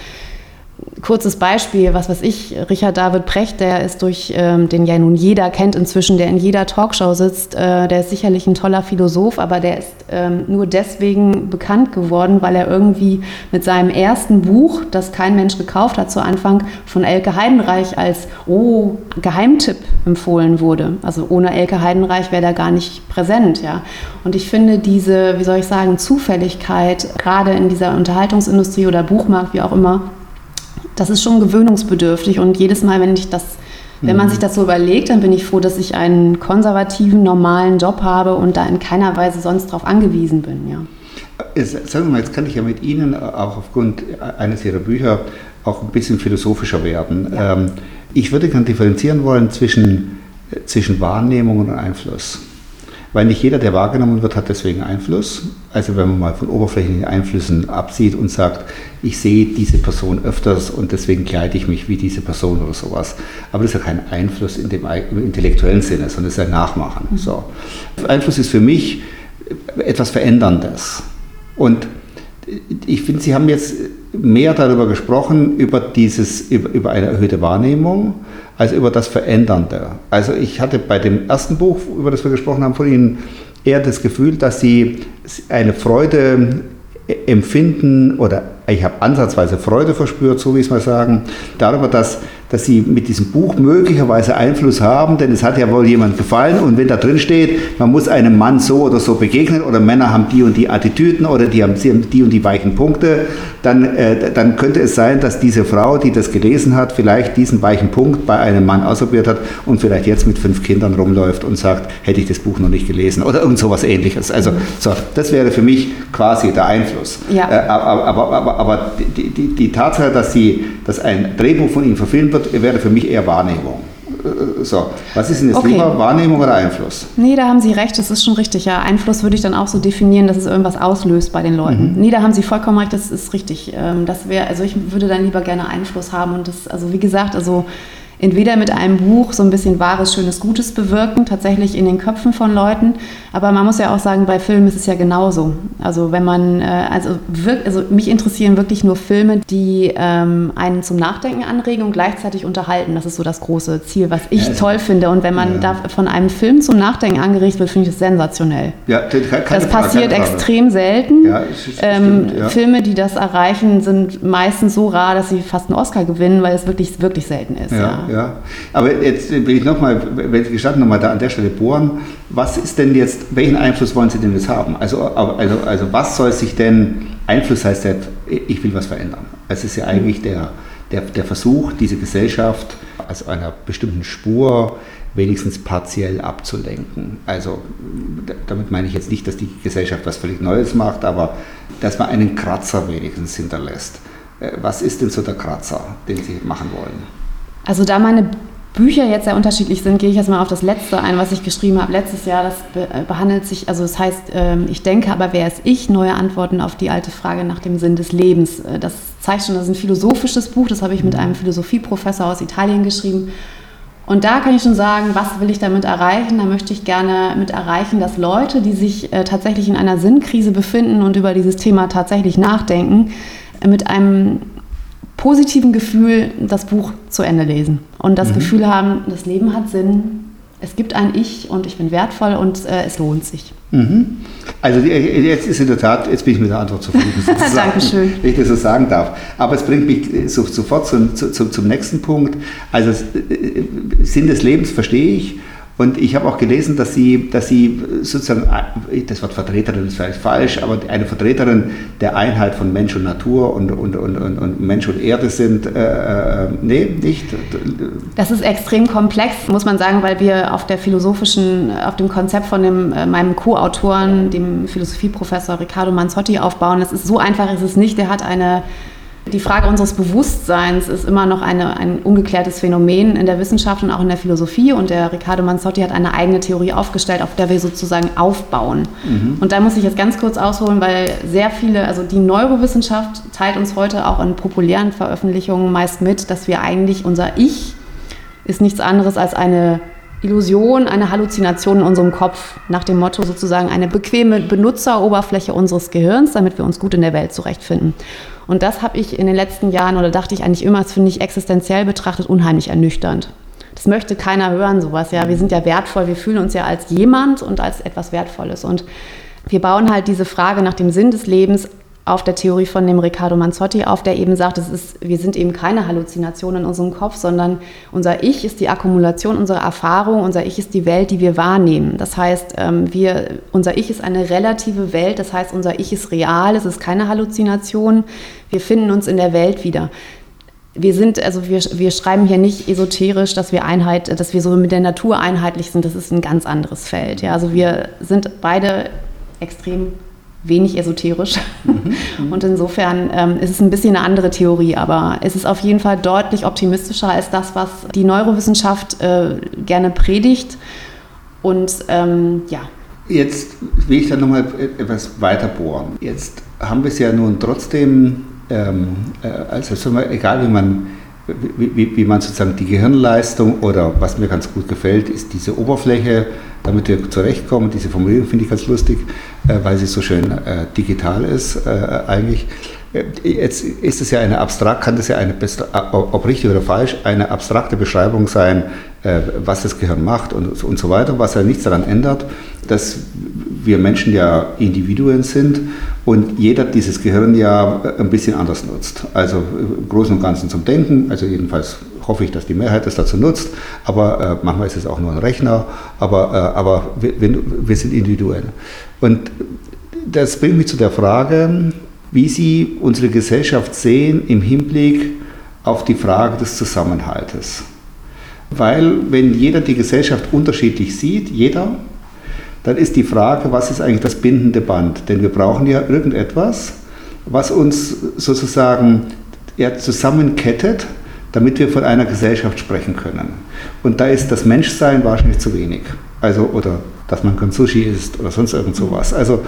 kurzes Beispiel, was weiß ich, Richard David Precht, der ist durch, ähm, den ja nun jeder kennt inzwischen, der in jeder Talkshow sitzt, äh, der ist sicherlich ein toller Philosoph, aber der ist ähm, nur deswegen bekannt geworden, weil er irgendwie mit seinem ersten Buch, das kein Mensch gekauft hat zu Anfang, von Elke Heidenreich als, oh, Geheimtipp empfohlen wurde. Also ohne Elke Heidenreich wäre der gar nicht präsent, ja. Und ich finde diese, wie soll ich sagen, Zufälligkeit, gerade in dieser Unterhaltungsindustrie oder Buchmarkt, wie auch immer, das ist schon gewöhnungsbedürftig und jedes Mal, wenn ich das, wenn man sich das so überlegt, dann bin ich froh, dass ich einen konservativen, normalen Job habe und da in keiner Weise sonst drauf angewiesen bin. Ja. Jetzt, sagen wir mal, jetzt kann ich ja mit Ihnen auch aufgrund eines Ihrer Bücher auch ein bisschen philosophischer werden. Ja. Ähm, ich würde gerne differenzieren wollen zwischen, zwischen Wahrnehmung und Einfluss. Weil nicht jeder, der wahrgenommen wird, hat deswegen Einfluss. Also wenn man mal von oberflächlichen Einflüssen absieht und sagt, ich sehe diese Person öfters und deswegen kleide ich mich wie diese Person oder sowas. Aber das ist ja kein Einfluss in dem intellektuellen Sinne, sondern das ist ein Nachmachen. Mhm. So. Einfluss ist für mich etwas Veränderndes. Und ich finde, Sie haben jetzt mehr darüber gesprochen, über, dieses, über, über eine erhöhte Wahrnehmung, als über das Verändernde. Also ich hatte bei dem ersten Buch, über das wir gesprochen haben, von Ihnen eher das Gefühl, dass Sie eine Freude empfinden, oder ich habe ansatzweise Freude verspürt, so wie ich es mal sagen, darüber, dass, dass Sie mit diesem Buch möglicherweise Einfluss haben, denn es hat ja wohl jemand gefallen und wenn da drin steht, man muss einem Mann so oder so begegnen oder Männer haben die und die Attitüden oder die haben die und die weichen Punkte, dann, äh, dann könnte es sein, dass diese Frau, die das gelesen hat, vielleicht diesen weichen Punkt bei einem Mann ausprobiert hat und vielleicht jetzt mit fünf Kindern rumläuft und sagt, hätte ich das Buch noch nicht gelesen oder irgend sowas Ähnliches. Also so, das wäre für mich quasi der Einfluss. Ja. Äh, aber, aber, aber, aber die, die, die Tatsache, dass, sie, dass ein Drehbuch von Ihnen verfilmt wird, wäre für mich eher Wahrnehmung. So, was ist denn jetzt okay. Lieber, Wahrnehmung oder Einfluss? Nee, da haben Sie recht, das ist schon richtig. Ja, Einfluss würde ich dann auch so definieren, dass es irgendwas auslöst bei den Leuten. Mhm. Nee, da haben Sie vollkommen recht, das ist richtig. Das wäre, also ich würde dann lieber gerne Einfluss haben und das, also wie gesagt, also entweder mit einem Buch so ein bisschen Wahres, Schönes, Gutes bewirken, tatsächlich in den Köpfen von Leuten. Aber man muss ja auch sagen, bei Filmen ist es ja genauso. Also wenn man, also, wirkt, also mich interessieren wirklich nur Filme, die ähm, einen zum Nachdenken anregen und gleichzeitig unterhalten. Das ist so das große Ziel, was ich ja, toll finde. Und wenn man ja. da von einem Film zum Nachdenken angeregt wird, finde ich das sensationell. Ja, keine, das passiert keine extrem selten. Ja, es ist, ähm, stimmt, ja. Filme, die das erreichen, sind meistens so rar, dass sie fast einen Oscar gewinnen, weil es wirklich, wirklich selten ist. Ja. Ja. Ja, aber jetzt will ich nochmal, wenn Sie gestatten, nochmal da an der Stelle bohren. Was ist denn jetzt, welchen Einfluss wollen Sie denn jetzt haben? Also, also, also was soll sich denn, Einfluss heißt ja, ich will was verändern. Es ist ja eigentlich der, der, der Versuch, diese Gesellschaft aus einer bestimmten Spur wenigstens partiell abzulenken. Also damit meine ich jetzt nicht, dass die Gesellschaft was völlig Neues macht, aber dass man einen Kratzer wenigstens hinterlässt. Was ist denn so der Kratzer, den Sie machen wollen? Also da meine Bücher jetzt sehr unterschiedlich sind, gehe ich jetzt mal auf das letzte ein, was ich geschrieben habe letztes Jahr. Das be- behandelt sich, also das heißt, ähm, ich denke, aber wer ist ich? Neue Antworten auf die alte Frage nach dem Sinn des Lebens. Das zeigt schon, das ist ein philosophisches Buch, das habe ich mit einem Philosophieprofessor aus Italien geschrieben. Und da kann ich schon sagen, was will ich damit erreichen? Da möchte ich gerne mit erreichen, dass Leute, die sich äh, tatsächlich in einer Sinnkrise befinden und über dieses Thema tatsächlich nachdenken, äh, mit einem positiven Gefühl das Buch zu Ende lesen. Und das mhm. Gefühl haben, das Leben hat Sinn, es gibt ein Ich und ich bin wertvoll und äh, es lohnt sich. Mhm. Also jetzt ist in der Tat, jetzt bin ich mit der Antwort zufrieden, Dankeschön. wenn ich das so sagen darf. Aber es bringt mich so, sofort zum, zum, zum nächsten Punkt. Also Sinn des Lebens verstehe ich. Und ich habe auch gelesen, dass Sie, dass Sie sozusagen, das Wort Vertreterin ist vielleicht falsch, aber eine Vertreterin der Einheit von Mensch und Natur und, und, und, und Mensch und Erde sind. Äh, nee, nicht? Das ist extrem komplex, muss man sagen, weil wir auf der philosophischen, auf dem Konzept von dem, meinem Co-Autoren, dem Philosophieprofessor Riccardo Manzotti aufbauen. Das ist so einfach, ist es nicht. Der hat eine Die Frage unseres Bewusstseins ist immer noch eine, ein ungeklärtes Phänomen in der Wissenschaft und auch in der Philosophie. Und der Riccardo Manzotti hat eine eigene Theorie aufgestellt, auf der wir sozusagen aufbauen. Mhm. Und da muss ich jetzt ganz kurz ausholen, weil sehr viele, also die Neurowissenschaft teilt uns heute auch in populären Veröffentlichungen meist mit, dass wir eigentlich, unser Ich ist nichts anderes als eine Illusion, eine Halluzination in unserem Kopf, nach dem Motto sozusagen eine bequeme Benutzeroberfläche unseres Gehirns, damit wir uns gut in der Welt zurechtfinden. Und das habe ich in den letzten Jahren, oder dachte ich eigentlich immer, das finde ich existenziell betrachtet unheimlich ernüchternd. Das möchte keiner hören, sowas. Ja, wir sind ja wertvoll, wir fühlen uns ja als jemand und als etwas Wertvolles. Und wir bauen halt diese Frage nach dem Sinn des Lebens auf der Theorie von dem Riccardo Manzotti auf, der eben sagt, es ist, wir sind eben keine Halluzination in unserem Kopf, sondern unser Ich ist die Akkumulation unserer Erfahrung, unser Ich ist die Welt, die wir wahrnehmen. Das heißt, wir, unser Ich ist eine relative Welt, das heißt, unser Ich ist real, es ist keine Halluzination, wir finden uns in der Welt wieder. Wir sind, also wir, wir schreiben hier nicht esoterisch, dass wir Einheit, dass wir so mit der Natur einheitlich sind, das ist ein ganz anderes Feld. Ja, also wir sind beide extrem wenig esoterisch. Mhm. Und insofern ähm, ist es ein bisschen eine andere Theorie, aber es ist auf jeden Fall deutlich optimistischer als das, was die Neurowissenschaft äh, gerne predigt. Und ähm, ja. Jetzt will ich da nochmal etwas weiter bohren. Jetzt haben wir es ja nun trotzdem, ähm, also egal wie man Wie, wie, wie man sozusagen die Gehirnleistung oder was mir ganz gut gefällt, ist diese Oberfläche, damit wir zurechtkommen. Diese Formulierung finde ich ganz lustig, äh, weil sie so schön äh, digital ist äh, eigentlich. Jetzt ist es ja eine abstrakt, kann das ja eine, ob richtig oder falsch, eine abstrakte Beschreibung sein, äh, was das Gehirn macht und, und so weiter, was ja nichts daran ändert, dass wir Menschen ja Individuen sind und jeder dieses Gehirn ja ein bisschen anders nutzt. Also im Großen und Ganzen zum Denken, also jedenfalls hoffe ich, dass die Mehrheit das dazu nutzt, aber äh, manchmal ist es auch nur ein Rechner, aber, äh, aber wir, wir sind Individuen. Und das bringt mich zu der Frage, wie Sie unsere Gesellschaft sehen im Hinblick auf die Frage des Zusammenhaltes. Weil wenn jeder die Gesellschaft unterschiedlich sieht, jeder, dann ist die Frage, was ist eigentlich das bindende Band? Denn wir brauchen ja irgendetwas, was uns sozusagen ja, zusammenkettet, damit wir von einer Gesellschaft sprechen können. Und da ist das Menschsein wahrscheinlich zu wenig. Also, oder dass man kein Sushi isst oder sonst irgend sowas. Also,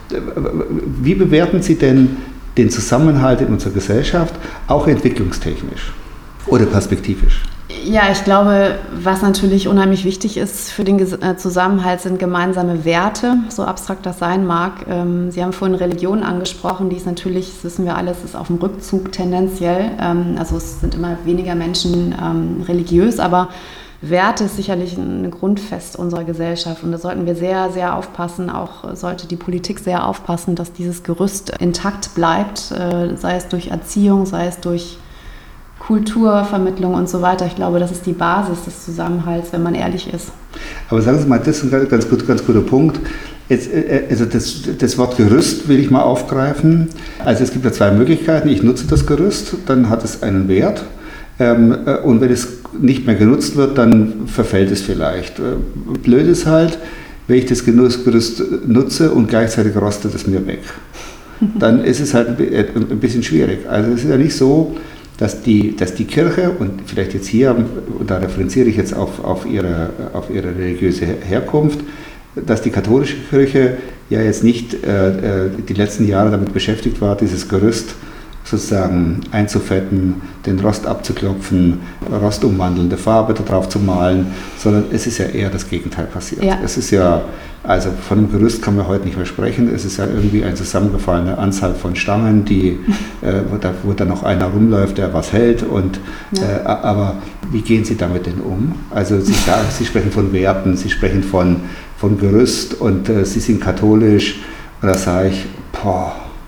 wie bewerten Sie denn den Zusammenhalt in unserer Gesellschaft, auch entwicklungstechnisch oder perspektivisch? Ja, ich glaube, was natürlich unheimlich wichtig ist für den Zusammenhalt, sind gemeinsame Werte, so abstrakt das sein mag. Sie haben vorhin Religion angesprochen, die ist natürlich, das wissen wir alle, es ist auf dem Rückzug tendenziell. Also es sind immer weniger Menschen religiös, aber Werte ist sicherlich ein Grundfest unserer Gesellschaft und da sollten wir sehr, sehr aufpassen, auch sollte die Politik sehr aufpassen, dass dieses Gerüst intakt bleibt, sei es durch Erziehung, sei es durch Kulturvermittlung und so weiter. Ich glaube, das ist die Basis des Zusammenhalts, wenn man ehrlich ist. Aber sagen Sie mal, das ist ein ganz, gut, ganz guter Punkt. Jetzt, also das, das Wort Gerüst will ich mal aufgreifen. Also es gibt ja zwei Möglichkeiten. Ich nutze das Gerüst, dann hat es einen Wert. Und wenn es nicht mehr genutzt wird, dann verfällt es vielleicht. Blöd ist halt, wenn ich das Gerüst nutze und gleichzeitig rostet es mir weg. Dann ist es halt ein bisschen schwierig. Also es ist ja nicht so, dass die, dass die Kirche, und vielleicht jetzt hier, und da referenziere ich jetzt auf, auf, ihre, auf ihre religiöse Herkunft, dass die katholische Kirche ja jetzt nicht äh, die letzten Jahre damit beschäftigt war, dieses Gerüst sozusagen einzufetten, den Rost abzuklopfen, rostumwandelnde Farbe darauf zu malen, sondern es ist ja eher das Gegenteil passiert. Ja. Es ist ja, also von einem Gerüst kann man heute nicht mehr sprechen, es ist ja irgendwie eine zusammengefallene Anzahl von Stangen, die, äh, wo, da, wo da noch einer rumläuft, der was hält. Und, ja. äh, aber wie gehen Sie damit denn um? Also Sie sagen, Sie sprechen von Werten, Sie sprechen von, von Gerüst und äh, Sie sind katholisch. Und da sage ich, boah.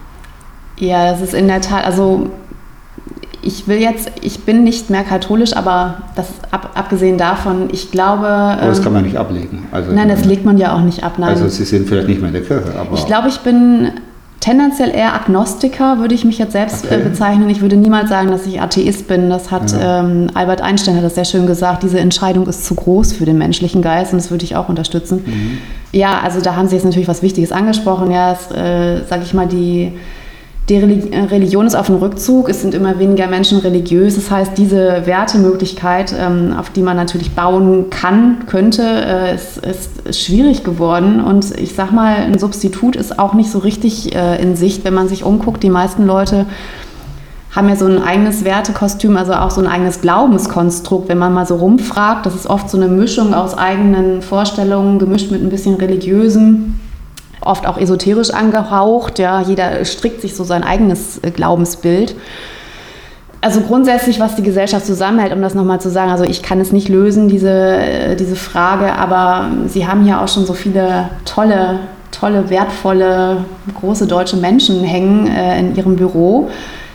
Ja, das ist in der Tat, also ich will jetzt, ich bin nicht mehr katholisch, aber das ab, abgesehen davon, ich glaube... Aber das kann man nicht ablegen. Also, nein, das legt man ja auch nicht ab. Nein. Also Sie sind vielleicht nicht mehr in der Kirche, aber... Ich glaube, ich bin tendenziell eher Agnostiker, würde ich mich jetzt selbst okay. äh, bezeichnen. Ich würde niemals sagen, dass ich Atheist bin. Das hat ja. ähm, Albert Einstein hat das sehr schön gesagt, diese Entscheidung ist zu groß für den menschlichen Geist und das würde ich auch unterstützen. Mhm. Ja, also da haben Sie jetzt natürlich was Wichtiges angesprochen. Ja, äh, sage ich mal, die... Die Religion ist auf dem Rückzug, es sind immer weniger Menschen religiös. Das heißt, diese Wertemöglichkeit, auf die man natürlich bauen kann, könnte, ist, ist schwierig geworden. Und ich sag mal, ein Substitut ist auch nicht so richtig in Sicht, wenn man sich umguckt. Die meisten Leute haben ja so ein eigenes Wertekostüm, also auch so ein eigenes Glaubenskonstrukt. Wenn man mal so rumfragt, das ist oft so eine Mischung aus eigenen Vorstellungen, gemischt mit ein bisschen religiösem. Oft auch esoterisch angehaucht, ja, jeder strickt sich so sein eigenes Glaubensbild. Also grundsätzlich, was die Gesellschaft zusammenhält, um das nochmal zu sagen, also ich kann es nicht lösen, diese, diese Frage, aber Sie haben hier auch schon so viele tolle, tolle, wertvolle, große deutsche Menschen hängen äh, in Ihrem Büro,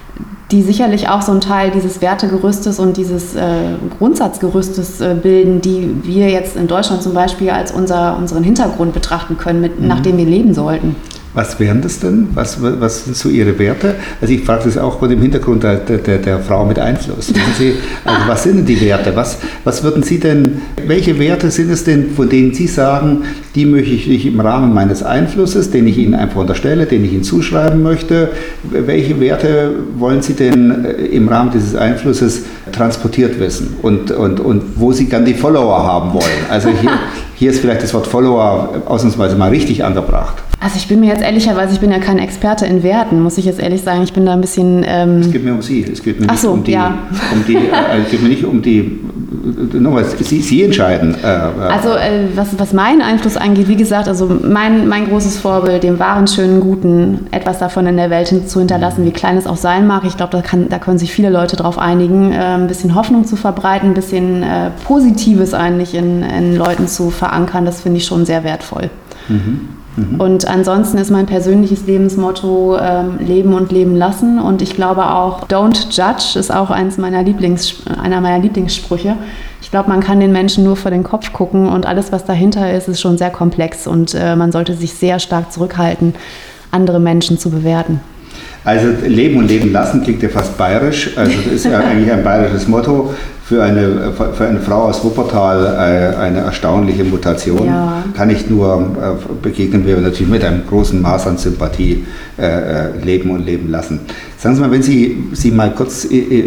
die sicherlich auch so ein Teil dieses Wertegerüstes und dieses äh, Grundsatzgerüstes äh, bilden, die wir jetzt in Deutschland zum Beispiel als unser, unseren Hintergrund betrachten können, mit, mhm. nach dem wir leben sollten. Was wären das denn? Was, was sind so Ihre Werte? Also ich frage das auch vor dem Hintergrund der, der, der Frau mit Einfluss. Sie, also was sind denn die Werte? Was, was würden Sie denn, welche Werte sind es denn, von denen Sie sagen, die möchte ich im Rahmen meines Einflusses, den ich Ihnen einfach unterstelle, den ich Ihnen zuschreiben möchte, welche Werte wollen Sie denn im Rahmen dieses Einflusses transportiert wissen und, und, und wo Sie dann die Follower haben wollen? Also hier, hier ist vielleicht das Wort Follower ausnahmsweise mal richtig angebracht. Also ich bin mir jetzt ehrlicherweise, ich bin ja kein Experte in Werten, muss ich jetzt ehrlich sagen. Ich bin da ein bisschen... Ähm es geht mir um Sie, es geht mir nicht so, um die... Ja. Um die äh, es geht mir nicht um die... Nochmal, Sie, Sie entscheiden. Äh, also äh, was, was meinen Einfluss angeht, wie gesagt, also mein, mein großes Vorbild, dem wahren, schönen, guten, etwas davon in der Welt hin, zu hinterlassen, wie klein es auch sein mag. Ich glaube, da, kann, da können sich viele Leute drauf einigen, äh, ein bisschen Hoffnung zu verbreiten, ein bisschen äh, Positives eigentlich in, in Leuten zu verankern. Das finde ich schon sehr wertvoll. Mhm. Mhm. Und ansonsten ist mein persönliches Lebensmotto ähm, Leben und Leben lassen. Und ich glaube auch, don't judge ist auch eins meiner Lieblings, einer meiner Lieblingssprüche. Ich glaube, man kann den Menschen nur vor den Kopf gucken und alles, was dahinter ist, ist schon sehr komplex. Und äh, man sollte sich sehr stark zurückhalten, andere Menschen zu bewerten. Also Leben und Leben lassen klingt ja fast bayerisch. Also das ist ja eigentlich ein bayerisches Motto. Für eine, für eine Frau aus Wuppertal eine erstaunliche Mutation. Ja. Kann ich nur begegnen wir natürlich mit einem großen Maß an Sympathie äh, leben und leben lassen. Sagen Sie mal, wenn Sie Sie mal kurz äh,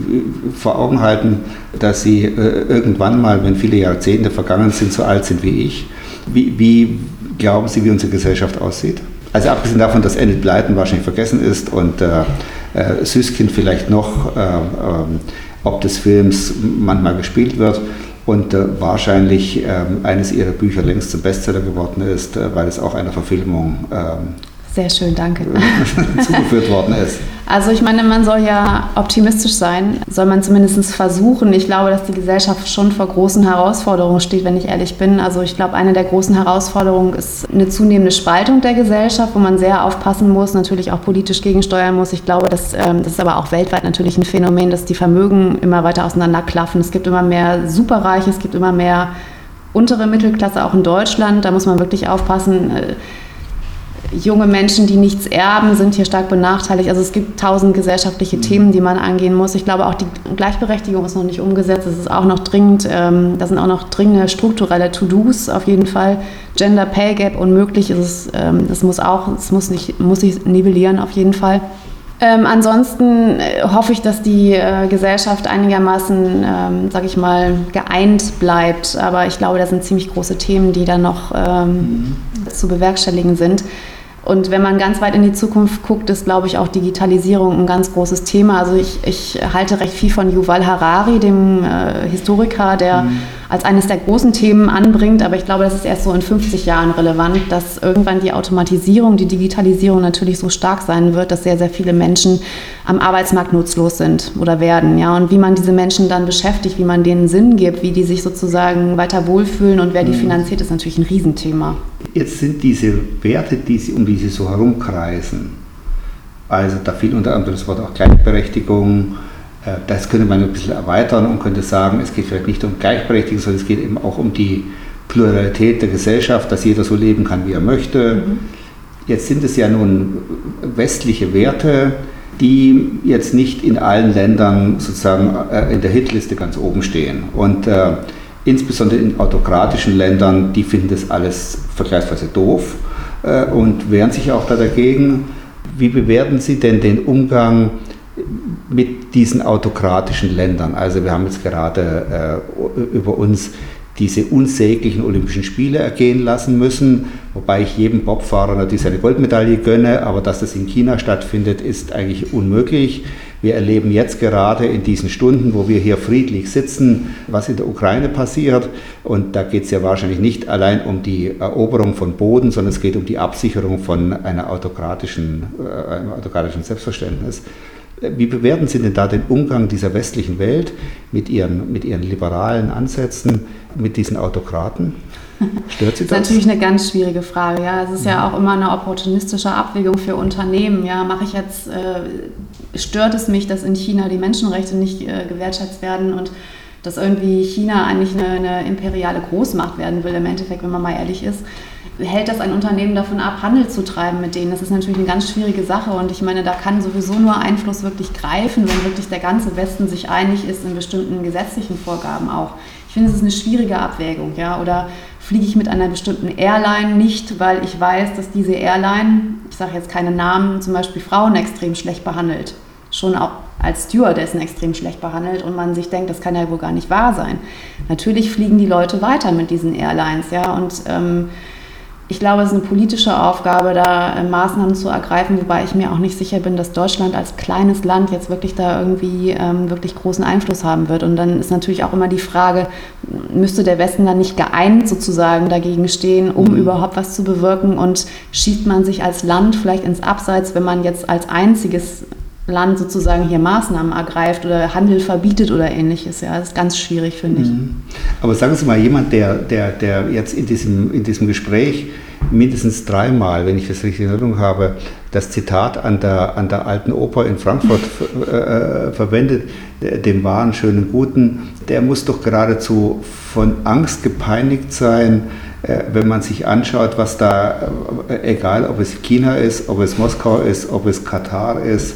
vor Augen halten, dass Sie äh, irgendwann mal, wenn viele Jahrzehnte vergangen sind, so alt sind wie ich, wie, wie glauben Sie, wie unsere Gesellschaft aussieht? Also abgesehen davon, dass Enid Blyton wahrscheinlich vergessen ist und äh, äh, Süskind vielleicht noch äh, äh, ob des Films manchmal gespielt wird und äh, wahrscheinlich äh, eines ihrer Bücher längst zum Bestseller geworden ist, äh, weil es auch einer Verfilmung ähm, sehr schön, danke. zugeführt worden ist. Also ich meine, man soll ja optimistisch sein, soll man zumindest versuchen. Ich glaube, dass die Gesellschaft schon vor großen Herausforderungen steht, wenn ich ehrlich bin. Also ich glaube, eine der großen Herausforderungen ist eine zunehmende Spaltung der Gesellschaft, wo man sehr aufpassen muss, natürlich auch politisch gegensteuern muss. Ich glaube, dass, ähm, das ist aber auch weltweit natürlich ein Phänomen, dass die Vermögen immer weiter auseinanderklaffen. Es gibt immer mehr Superreiche, es gibt immer mehr untere Mittelklasse, auch in Deutschland. Da muss man wirklich aufpassen. Junge Menschen, die nichts erben, sind hier stark benachteiligt. Also es gibt tausend gesellschaftliche mhm. Themen, die man angehen muss. Ich glaube, auch die Gleichberechtigung ist noch nicht umgesetzt. Das ist auch noch dringend, ähm, da sind auch noch dringende strukturelle To-Dos auf jeden Fall. Gender Pay Gap unmöglich ist es, ähm, das muss auch, es muss nicht, muss sich nivellieren auf jeden Fall. Ähm, ansonsten hoffe ich, dass die äh, Gesellschaft einigermaßen, ähm, sag ich mal, geeint bleibt. Aber ich glaube, das sind ziemlich große Themen, die da noch ähm, mhm. zu bewerkstelligen sind. Und wenn man ganz weit in die Zukunft guckt, ist, glaube ich, auch Digitalisierung ein ganz großes Thema. Also ich, ich halte recht viel von Yuval Harari, dem äh, Historiker, der mhm. als eines der großen Themen anbringt. Aber ich glaube, das ist erst so in fünfzig Jahren relevant, dass irgendwann die Automatisierung, die Digitalisierung natürlich so stark sein wird, dass sehr, sehr viele Menschen am Arbeitsmarkt nutzlos sind oder werden. Ja? Und wie man diese Menschen dann beschäftigt, wie man denen Sinn gibt, wie die sich sozusagen weiter wohlfühlen und wer die finanziert, ist natürlich ein Riesenthema. Jetzt sind diese Werte, die sie, um die sie so herumkreisen, also da fiel unter anderem das Wort auch Gleichberechtigung, das könnte man ein bisschen erweitern und könnte sagen, es geht vielleicht nicht um Gleichberechtigung, sondern es geht eben auch um die Pluralität der Gesellschaft, dass jeder so leben kann, wie er möchte. Mhm. Jetzt sind es ja nun westliche Werte, die jetzt nicht in allen Ländern sozusagen in der Hitliste ganz oben stehen. Und äh, insbesondere in autokratischen Ländern, die finden das alles vergleichsweise doof äh, und wehren sich auch da dagegen. Wie bewerten Sie denn den Umgang mit diesen autokratischen Ländern? Also wir haben jetzt gerade äh, über uns diese unsäglichen Olympischen Spiele ergehen lassen müssen, wobei ich jedem Bobfahrer natürlich seine Goldmedaille gönne, aber dass das in China stattfindet, ist eigentlich unmöglich. Wir erleben jetzt gerade in diesen Stunden, wo wir hier friedlich sitzen, was in der Ukraine passiert. Und da geht es ja wahrscheinlich nicht allein um die Eroberung von Boden, sondern es geht um die Absicherung von einer autokratischen, äh, einem autokratischen Selbstverständnis. Wie bewerten Sie denn da den Umgang dieser westlichen Welt mit ihren, mit ihren liberalen Ansätzen, mit diesen Autokraten? Stört Sie das? Das ist natürlich eine ganz schwierige Frage. Ja, es ist ja auch immer eine opportunistische Abwägung für Unternehmen. Ja, mache ich jetzt, äh, stört es mich, dass in China die Menschenrechte nicht äh, gewertschätzt werden und dass irgendwie China eigentlich eine, eine imperiale Großmacht werden will, im Endeffekt, wenn man mal ehrlich ist. Hält das ein Unternehmen davon ab, Handel zu treiben mit denen? Das ist natürlich eine ganz schwierige Sache und ich meine, da kann sowieso nur Einfluss wirklich greifen, wenn wirklich der ganze Westen sich einig ist in bestimmten gesetzlichen Vorgaben auch. Ich finde, es ist eine schwierige Abwägung, ja, oder fliege ich mit einer bestimmten Airline nicht, weil ich weiß, dass diese Airline, ich sage jetzt keine Namen, zum Beispiel Frauen extrem schlecht behandelt, schon auch als Stewardessen extrem schlecht behandelt und man sich denkt, das kann ja wohl gar nicht wahr sein. Natürlich fliegen die Leute weiter mit diesen Airlines, ja, und ähm, ich glaube, es ist eine politische Aufgabe, da äh, Maßnahmen zu ergreifen, wobei ich mir auch nicht sicher bin, dass Deutschland als kleines Land jetzt wirklich da irgendwie ähm, wirklich großen Einfluss haben wird. Und dann ist natürlich auch immer die Frage, müsste der Westen dann nicht geeint sozusagen dagegen stehen, um mhm. überhaupt was zu bewirken und schiebt man sich als Land vielleicht ins Abseits, wenn man jetzt als einziges Land sozusagen hier Maßnahmen ergreift oder Handel verbietet oder ähnliches. Ja, das ist ganz schwierig, finde ich. Aber sagen Sie mal, jemand, der, der, der jetzt in diesem, in diesem Gespräch mindestens dreimal, wenn ich das richtig in Erinnerung habe, das Zitat an der, an der Alten Oper in Frankfurt äh, verwendet, dem wahren, schönen, guten, der muss doch geradezu von Angst gepeinigt sein, äh, wenn man sich anschaut, was da, äh, egal ob es China ist, ob es Moskau ist, ob es Katar ist,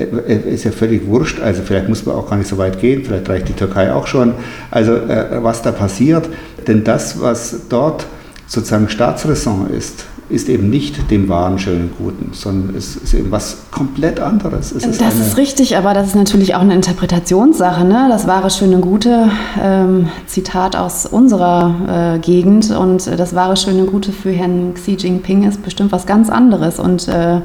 ist ja völlig wurscht, also vielleicht muss man auch gar nicht so weit gehen, vielleicht reicht die Türkei auch schon, also äh, was da passiert, denn das, was dort sozusagen Staatsräson ist, ist eben nicht dem wahren, schönen, guten, sondern es ist eben was komplett anderes. Es ist das ist richtig, aber das ist natürlich auch eine Interpretationssache, ne? Das wahre, schöne, gute, ähm, Zitat aus unserer äh, Gegend und das wahre, schöne, gute für Herrn Xi Jinping ist bestimmt was ganz anderes und äh,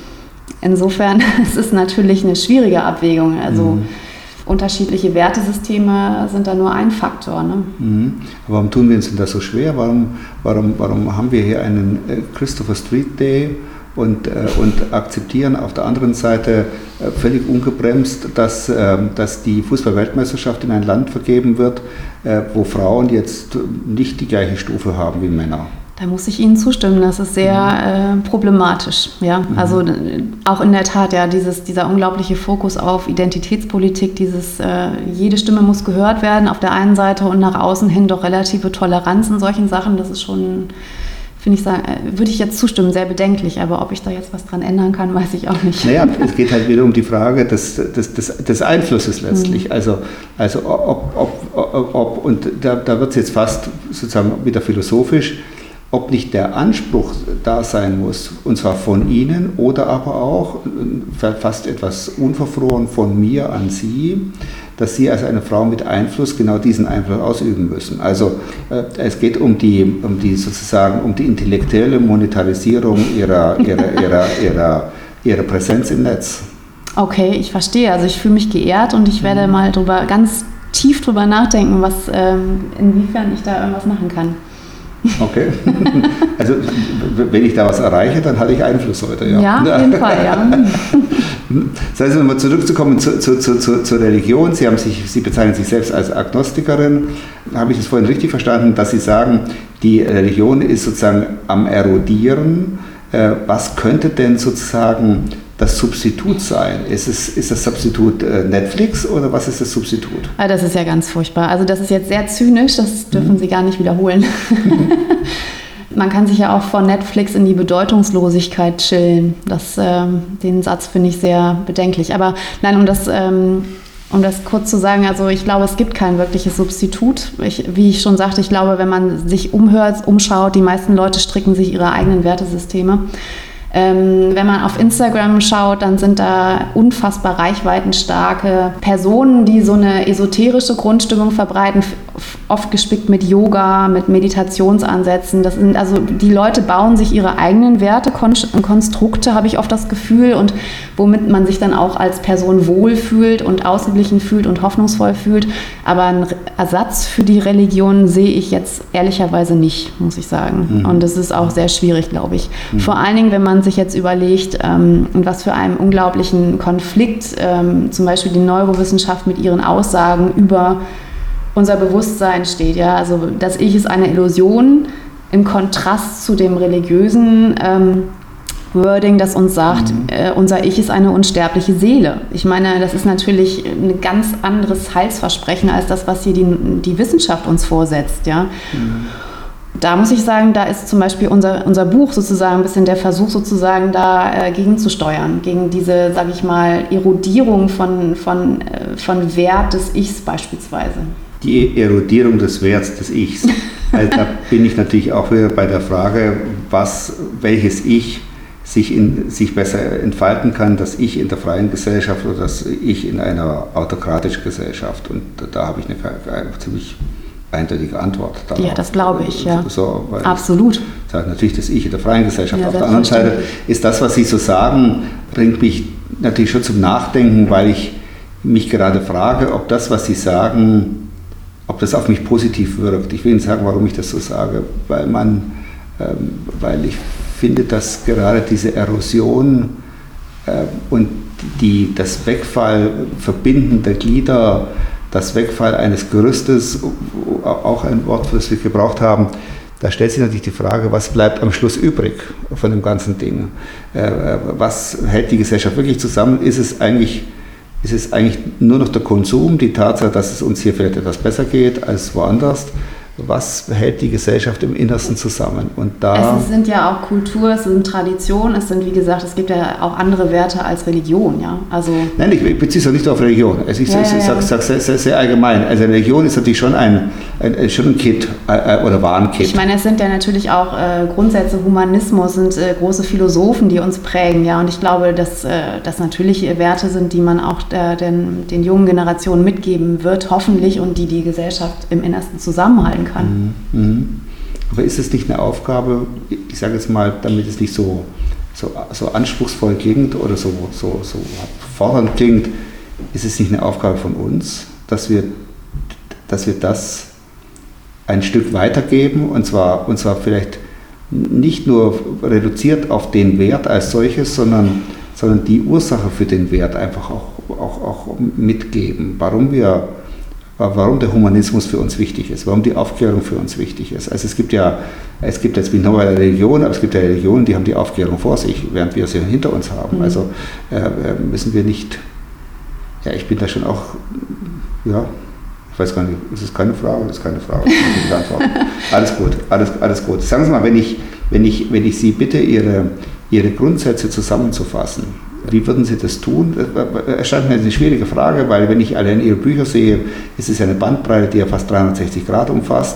insofern ist es natürlich eine schwierige Abwägung. Also mhm. unterschiedliche Wertesysteme sind da nur ein Faktor. Ne? Mhm. Aber warum tun wir uns denn das so schwer? Warum, warum, warum haben wir hier einen Christopher Street Day und, äh, und akzeptieren auf der anderen Seite äh, völlig ungebremst, dass, äh, dass die Fußball-Weltmeisterschaft in ein Land vergeben wird, äh, wo Frauen jetzt nicht die gleiche Stufe haben wie Männer? Da muss ich Ihnen zustimmen, das ist sehr äh, problematisch. Ja? Mhm. Also auch in der Tat, ja, dieses, dieser unglaubliche Fokus auf Identitätspolitik, dieses äh, jede Stimme muss gehört werden auf der einen Seite und nach außen hin doch relative Toleranz in solchen Sachen, das ist schon, finde ich, sagen, würde ich jetzt zustimmen, sehr bedenklich. Aber ob ich da jetzt was dran ändern kann, weiß ich auch nicht. Naja, es geht halt wieder um die Frage des, des, des, des Einflusses letztlich. Mhm. Also, also ob, ob, ob, ob und da, da wird es jetzt fast sozusagen wieder philosophisch, ob nicht der Anspruch da sein muss, und zwar von Ihnen oder aber auch fast etwas unverfroren von mir an Sie, dass Sie als eine Frau mit Einfluss genau diesen Einfluss ausüben müssen. Also äh, es geht um die, um die sozusagen um die intellektuelle Monetarisierung Ihrer, ihrer, ihrer, ihrer, ihrer Präsenz im Netz. Okay, ich verstehe. Also ich fühle mich geehrt und ich werde mal drüber, ganz tief drüber nachdenken, was, ähm, inwiefern ich da irgendwas machen kann. Okay. Also wenn ich da was erreiche, dann hatte ich Einfluss heute. Ja, ja auf jeden Fall, ja. Das heißt, nochmal zurückzukommen zu, zu, zu, zur Religion. Sie, haben sich, Sie bezeichnen sich selbst als Agnostikerin. Habe ich das vorhin richtig verstanden, dass Sie sagen, die Religion ist sozusagen am Erodieren. Was könnte denn sozusagen das Substitut sein? Ist, es, ist das Substitut Netflix oder was ist das Substitut? Das ist ja ganz furchtbar. Also das ist jetzt sehr zynisch, das dürfen mhm. Sie gar nicht wiederholen. Man kann sich ja auch vor Netflix in die Bedeutungslosigkeit chillen. Das, ähm, den Satz finde ich sehr bedenklich. Aber nein, um das, ähm, um das kurz zu sagen, also ich glaube, es gibt kein wirkliches Substitut. Ich, wie ich schon sagte, ich glaube, wenn man sich umhört, umschaut, die meisten Leute stricken sich ihre eigenen Wertesysteme. Ähm, wenn man auf Instagram schaut, dann sind da unfassbar reichweitenstarke Personen, die so eine esoterische Grundstimmung verbreiten, f- oft gespickt mit Yoga, mit Meditationsansätzen. Das sind, also die Leute bauen sich ihre eigenen Werte, Kon- Konstrukte, habe ich oft das Gefühl, und womit man sich dann auch als Person wohlfühlt und ausgeglichen fühlt und hoffnungsvoll fühlt. Aber einen Ersatz für die Religion sehe ich jetzt ehrlicherweise nicht, muss ich sagen. Mhm. Und das ist auch sehr schwierig, glaube ich. Mhm. Vor allen Dingen, wenn man sich jetzt überlegt, ähm, in was für einem unglaublichen Konflikt ähm, zum Beispiel die Neurowissenschaft mit ihren Aussagen über unser Bewusstsein steht. Ja? Also das Ich ist eine Illusion im Kontrast zu dem religiösen ähm, Wording, das uns sagt, mhm. äh, unser Ich ist eine unsterbliche Seele. Ich meine, das ist natürlich ein ganz anderes Heilsversprechen als das, was hier die, die Wissenschaft uns vorsetzt. Ja? Mhm. Da muss ich sagen, da ist zum Beispiel unser, unser Buch sozusagen ein bisschen der Versuch, sozusagen da äh, gegenzusteuern, gegen diese, sage ich mal, Erodierung von, von, äh, von Wert des Ichs beispielsweise. Die Erodierung des Werts des Ichs. Also da bin ich natürlich auch wieder bei der Frage, was, welches Ich sich, in, sich besser entfalten kann, das Ich in der freien Gesellschaft oder das Ich in einer autokratischen Gesellschaft. Und da, da habe ich eine, eine ziemlich eindeutige Antwort darauf. Ja, das glaube ich, ja. So, absolut. Das heißt natürlich das Ich in der freien Gesellschaft. Ja, auf der anderen Seite ist das, was Sie so sagen, bringt mich natürlich schon zum Nachdenken, weil ich mich gerade frage, ob das, was Sie sagen, ob das auf mich positiv wirkt. Ich will Ihnen sagen, warum ich das so sage. Weil man, ähm, weil ich finde, dass gerade diese Erosion äh, und die, das Wegfall verbindender Glieder, das Wegfall eines Gerüstes, auch ein Wort, das wir gebraucht haben, da stellt sich natürlich die Frage, was bleibt am Schluss übrig von dem ganzen Ding? Was hält die Gesellschaft wirklich zusammen? Ist es eigentlich, ist es eigentlich nur noch der Konsum, die Tatsache, dass es uns hier vielleicht etwas besser geht als woanders? Was hält die Gesellschaft im Innersten zusammen? Und da es sind ja auch Kultur, es sind Traditionen, es sind, wie gesagt, es gibt ja auch andere Werte als Religion. Ja? Also Nein, ich beziehe es auch nicht auf Religion. Also ich ja, sage ja, ja. sag sehr, sehr, sehr allgemein. Also Religion ist natürlich schon ein, ein, schon ein Kit äh, oder war ein Kit. Ich meine, es sind ja natürlich auch äh, Grundsätze, Humanismus sind äh, große Philosophen, die uns prägen. Ja? Und ich glaube, dass äh, das natürlich Werte sind, die man auch der, den, den jungen Generationen mitgeben wird, hoffentlich, und die die Gesellschaft im Innersten zusammenhalten kann. Mhm. Aber ist es nicht eine Aufgabe, ich sage jetzt mal, damit es nicht so, so, so anspruchsvoll klingt oder so, so, so fordernd klingt, ist es nicht eine Aufgabe von uns, dass wir, dass wir das ein Stück weitergeben, und zwar, und zwar vielleicht nicht nur reduziert auf den Wert als solches, sondern, sondern die Ursache für den Wert einfach auch, auch, auch mitgeben, warum wir warum der Humanismus für uns wichtig ist, warum die Aufklärung für uns wichtig ist. Also es gibt ja, es gibt jetzt wie nochmal eine Religion, aber es gibt ja Religionen, die haben die Aufklärung vor sich, während wir sie hinter uns haben. Mhm. Also äh, müssen wir nicht, ja, ich bin da schon auch, ja, ich weiß gar nicht, ist es keine Frage, ist keine Frage, ich kann antworten. Alles gut, alles, alles gut. Sagen Sie mal, wenn ich, wenn ich, wenn ich Sie bitte, Ihre, Ihre Grundsätze zusammenzufassen, wie würden Sie das tun? Das erscheint mir eine schwierige Frage, weil wenn ich allein Ihre Bücher sehe, ist es ja eine Bandbreite, die ja fast dreihundertsechzig Grad umfasst.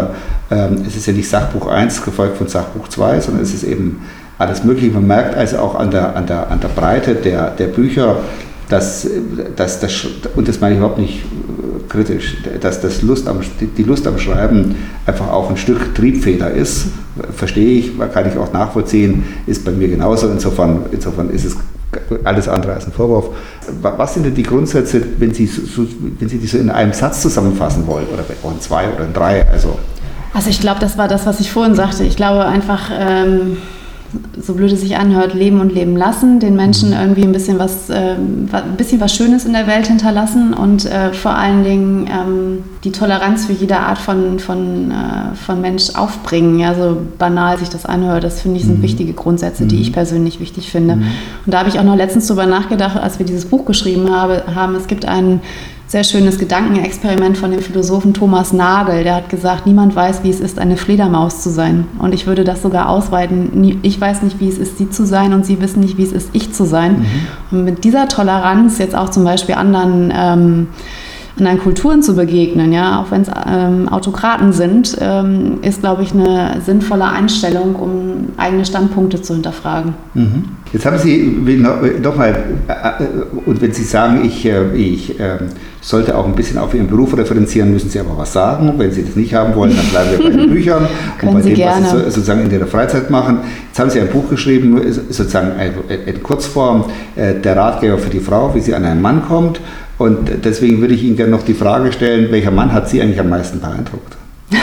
Es ist ja nicht Sachbuch eins gefolgt von Sachbuch zwei, sondern es ist eben alles Mögliche. Man merkt also auch an der, an der, an der Breite der, der Bücher, dass, dass das, und das meine ich überhaupt nicht kritisch, dass das Lust am, die Lust am Schreiben einfach auch ein Stück Triebfeder ist, verstehe ich, kann ich auch nachvollziehen, ist bei mir genauso. Insofern, insofern ist es alles andere als ein Vorwurf. Was sind denn die Grundsätze, wenn Sie, so, wenn Sie die so in einem Satz zusammenfassen wollen, oder in zwei oder in drei? Also, also ich glaube, das war das, was ich vorhin sagte. Ich glaube einfach, ähm, so blöd es sich anhört, leben und leben lassen, den Menschen irgendwie ein bisschen was, äh, ein bisschen was Schönes in der Welt hinterlassen und äh, vor allen Dingen ähm, die Toleranz für jede Art von, von, äh, von Mensch aufbringen. Ja, so banal sich das anhört, das finde ich sind mhm. wichtige Grundsätze, mhm. die ich persönlich wichtig finde. Mhm. Und da habe ich auch noch letztens drüber nachgedacht, als wir dieses Buch geschrieben habe, haben, es gibt einen sehr schönes Gedankenexperiment von dem Philosophen Thomas Nagel. Der hat gesagt, niemand weiß, wie es ist, eine Fledermaus zu sein. Und ich würde das sogar ausweiten. Ich weiß nicht, wie es ist, Sie zu sein, und Sie wissen nicht, wie es ist, ich zu sein. Mhm. Und mit dieser Toleranz jetzt auch zum Beispiel anderen, ähm, anderen Kulturen zu begegnen, ja, auch wenn es ähm, Autokraten sind, ähm, ist, glaube ich, eine sinnvolle Einstellung, um eigene Standpunkte zu hinterfragen. Mhm. Jetzt haben Sie noch mal, und wenn Sie sagen, ich, ich sollte auch ein bisschen auf Ihren Beruf referenzieren, müssen Sie aber was sagen. Wenn Sie das nicht haben wollen, dann bleiben wir bei den Büchern und bei Sie dem, gerne. was Sie sozusagen in Ihrer Freizeit machen. Jetzt haben Sie ein Buch geschrieben, sozusagen in Kurzform, der Ratgeber für die Frau, wie sie an einen Mann kommt. Und deswegen würde ich Ihnen gerne noch die Frage stellen, welcher Mann hat Sie eigentlich am meisten beeindruckt?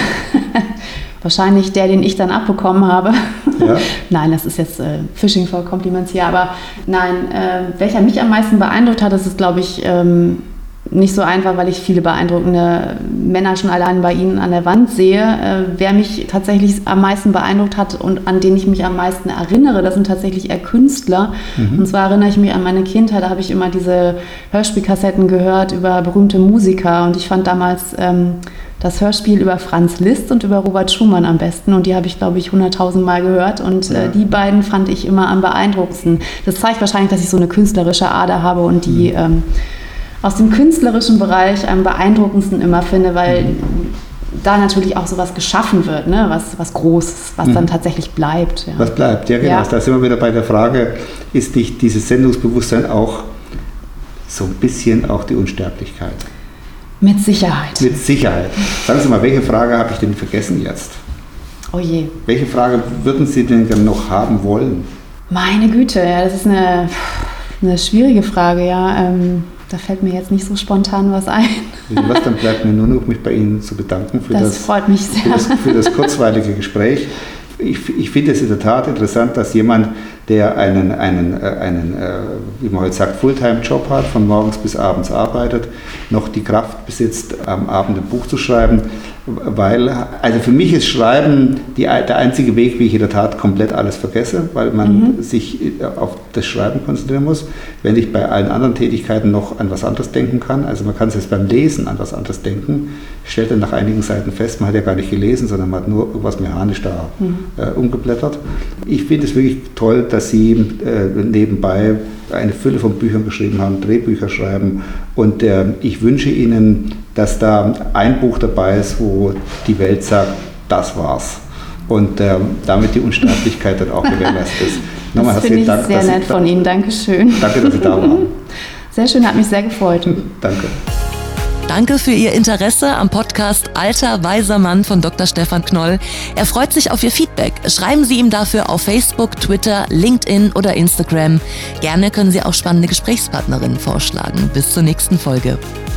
Wahrscheinlich der, den ich dann abbekommen habe. Ja? Nein, das ist jetzt äh, Fishing for Compliments hier, aber nein, äh, welcher mich am meisten beeindruckt hat, das ist, glaube ich, ähm, nicht so einfach, weil ich viele beeindruckende Männer schon allein bei Ihnen an der Wand sehe. Äh, wer mich tatsächlich am meisten beeindruckt hat und an den ich mich am meisten erinnere, das sind tatsächlich eher Künstler. Mhm. Und zwar erinnere ich mich an meine Kindheit, da habe ich immer diese Hörspielkassetten gehört über berühmte Musiker, und ich fand damals ähm, das Hörspiel über Franz Liszt und über Robert Schumann am besten, und die habe ich, glaube ich, hunderttausend Mal gehört, und ja. äh, die beiden fand ich immer am beeindruckendsten. Das zeigt wahrscheinlich, dass ich so eine künstlerische Ader habe und die mhm. ähm, aus dem künstlerischen Bereich am beeindruckendsten immer finde, weil mhm. da natürlich auch sowas geschaffen wird, ne? was, was Großes, was mhm. dann tatsächlich bleibt. Ja. Was bleibt, ja genau. Ja. Da sind wir wieder bei der Frage, ist nicht dieses Sendungsbewusstsein auch so ein bisschen auch die Unsterblichkeit? Mit Sicherheit. Mit Sicherheit. Sagen Sie mal, welche Frage habe ich denn vergessen jetzt? Oh je. Welche Frage würden Sie denn gerne noch haben wollen? Meine Güte, ja, das ist eine, eine schwierige Frage, ja. Ähm, da fällt mir jetzt nicht so spontan was ein. Was, dann bleibt mir nur noch, mich bei Ihnen zu bedanken für das, das, freut mich sehr. Für das, für das kurzweilige Gespräch. Ich, ich finde es in der Tat interessant, dass jemand, der einen, einen, einen äh, wie man heute sagt, Fulltime-Job hat, von morgens bis abends arbeitet, noch die Kraft besitzt, am Abend ein Buch zu schreiben. Weil, also für mich ist Schreiben die, der einzige Weg, wie ich in der Tat komplett alles vergesse, weil man mhm. sich auf das Schreiben konzentrieren muss, wenn ich bei allen anderen Tätigkeiten noch an was anderes denken kann. Also man kann es jetzt beim Lesen an was anderes denken, stellt dann nach einigen Seiten fest, man hat ja gar nicht gelesen, sondern man hat nur irgendwas mechanisch da mhm. äh, umgeblättert. Ich finde es wirklich toll, dass Sie äh, nebenbei eine Fülle von Büchern geschrieben haben, Drehbücher schreiben, und äh, ich wünsche Ihnen, dass da ein Buch dabei ist, wo die Welt sagt, das war's. Und äh, damit die Unsterblichkeit dann auch gewährleistet ist. Nochmal das finde ich Dank, sehr nett Sie, von Ihnen. Dankeschön. Danke, dass Sie da waren. Sehr schön, hat mich sehr gefreut. Danke. Danke für Ihr Interesse am Podcast Alter, weiser Mann von Doktor Stefan Knoll. Er freut sich auf Ihr Feedback. Schreiben Sie ihm dafür auf Facebook, Twitter, LinkedIn oder Instagram. Gerne können Sie auch spannende Gesprächspartnerinnen vorschlagen. Bis zur nächsten Folge.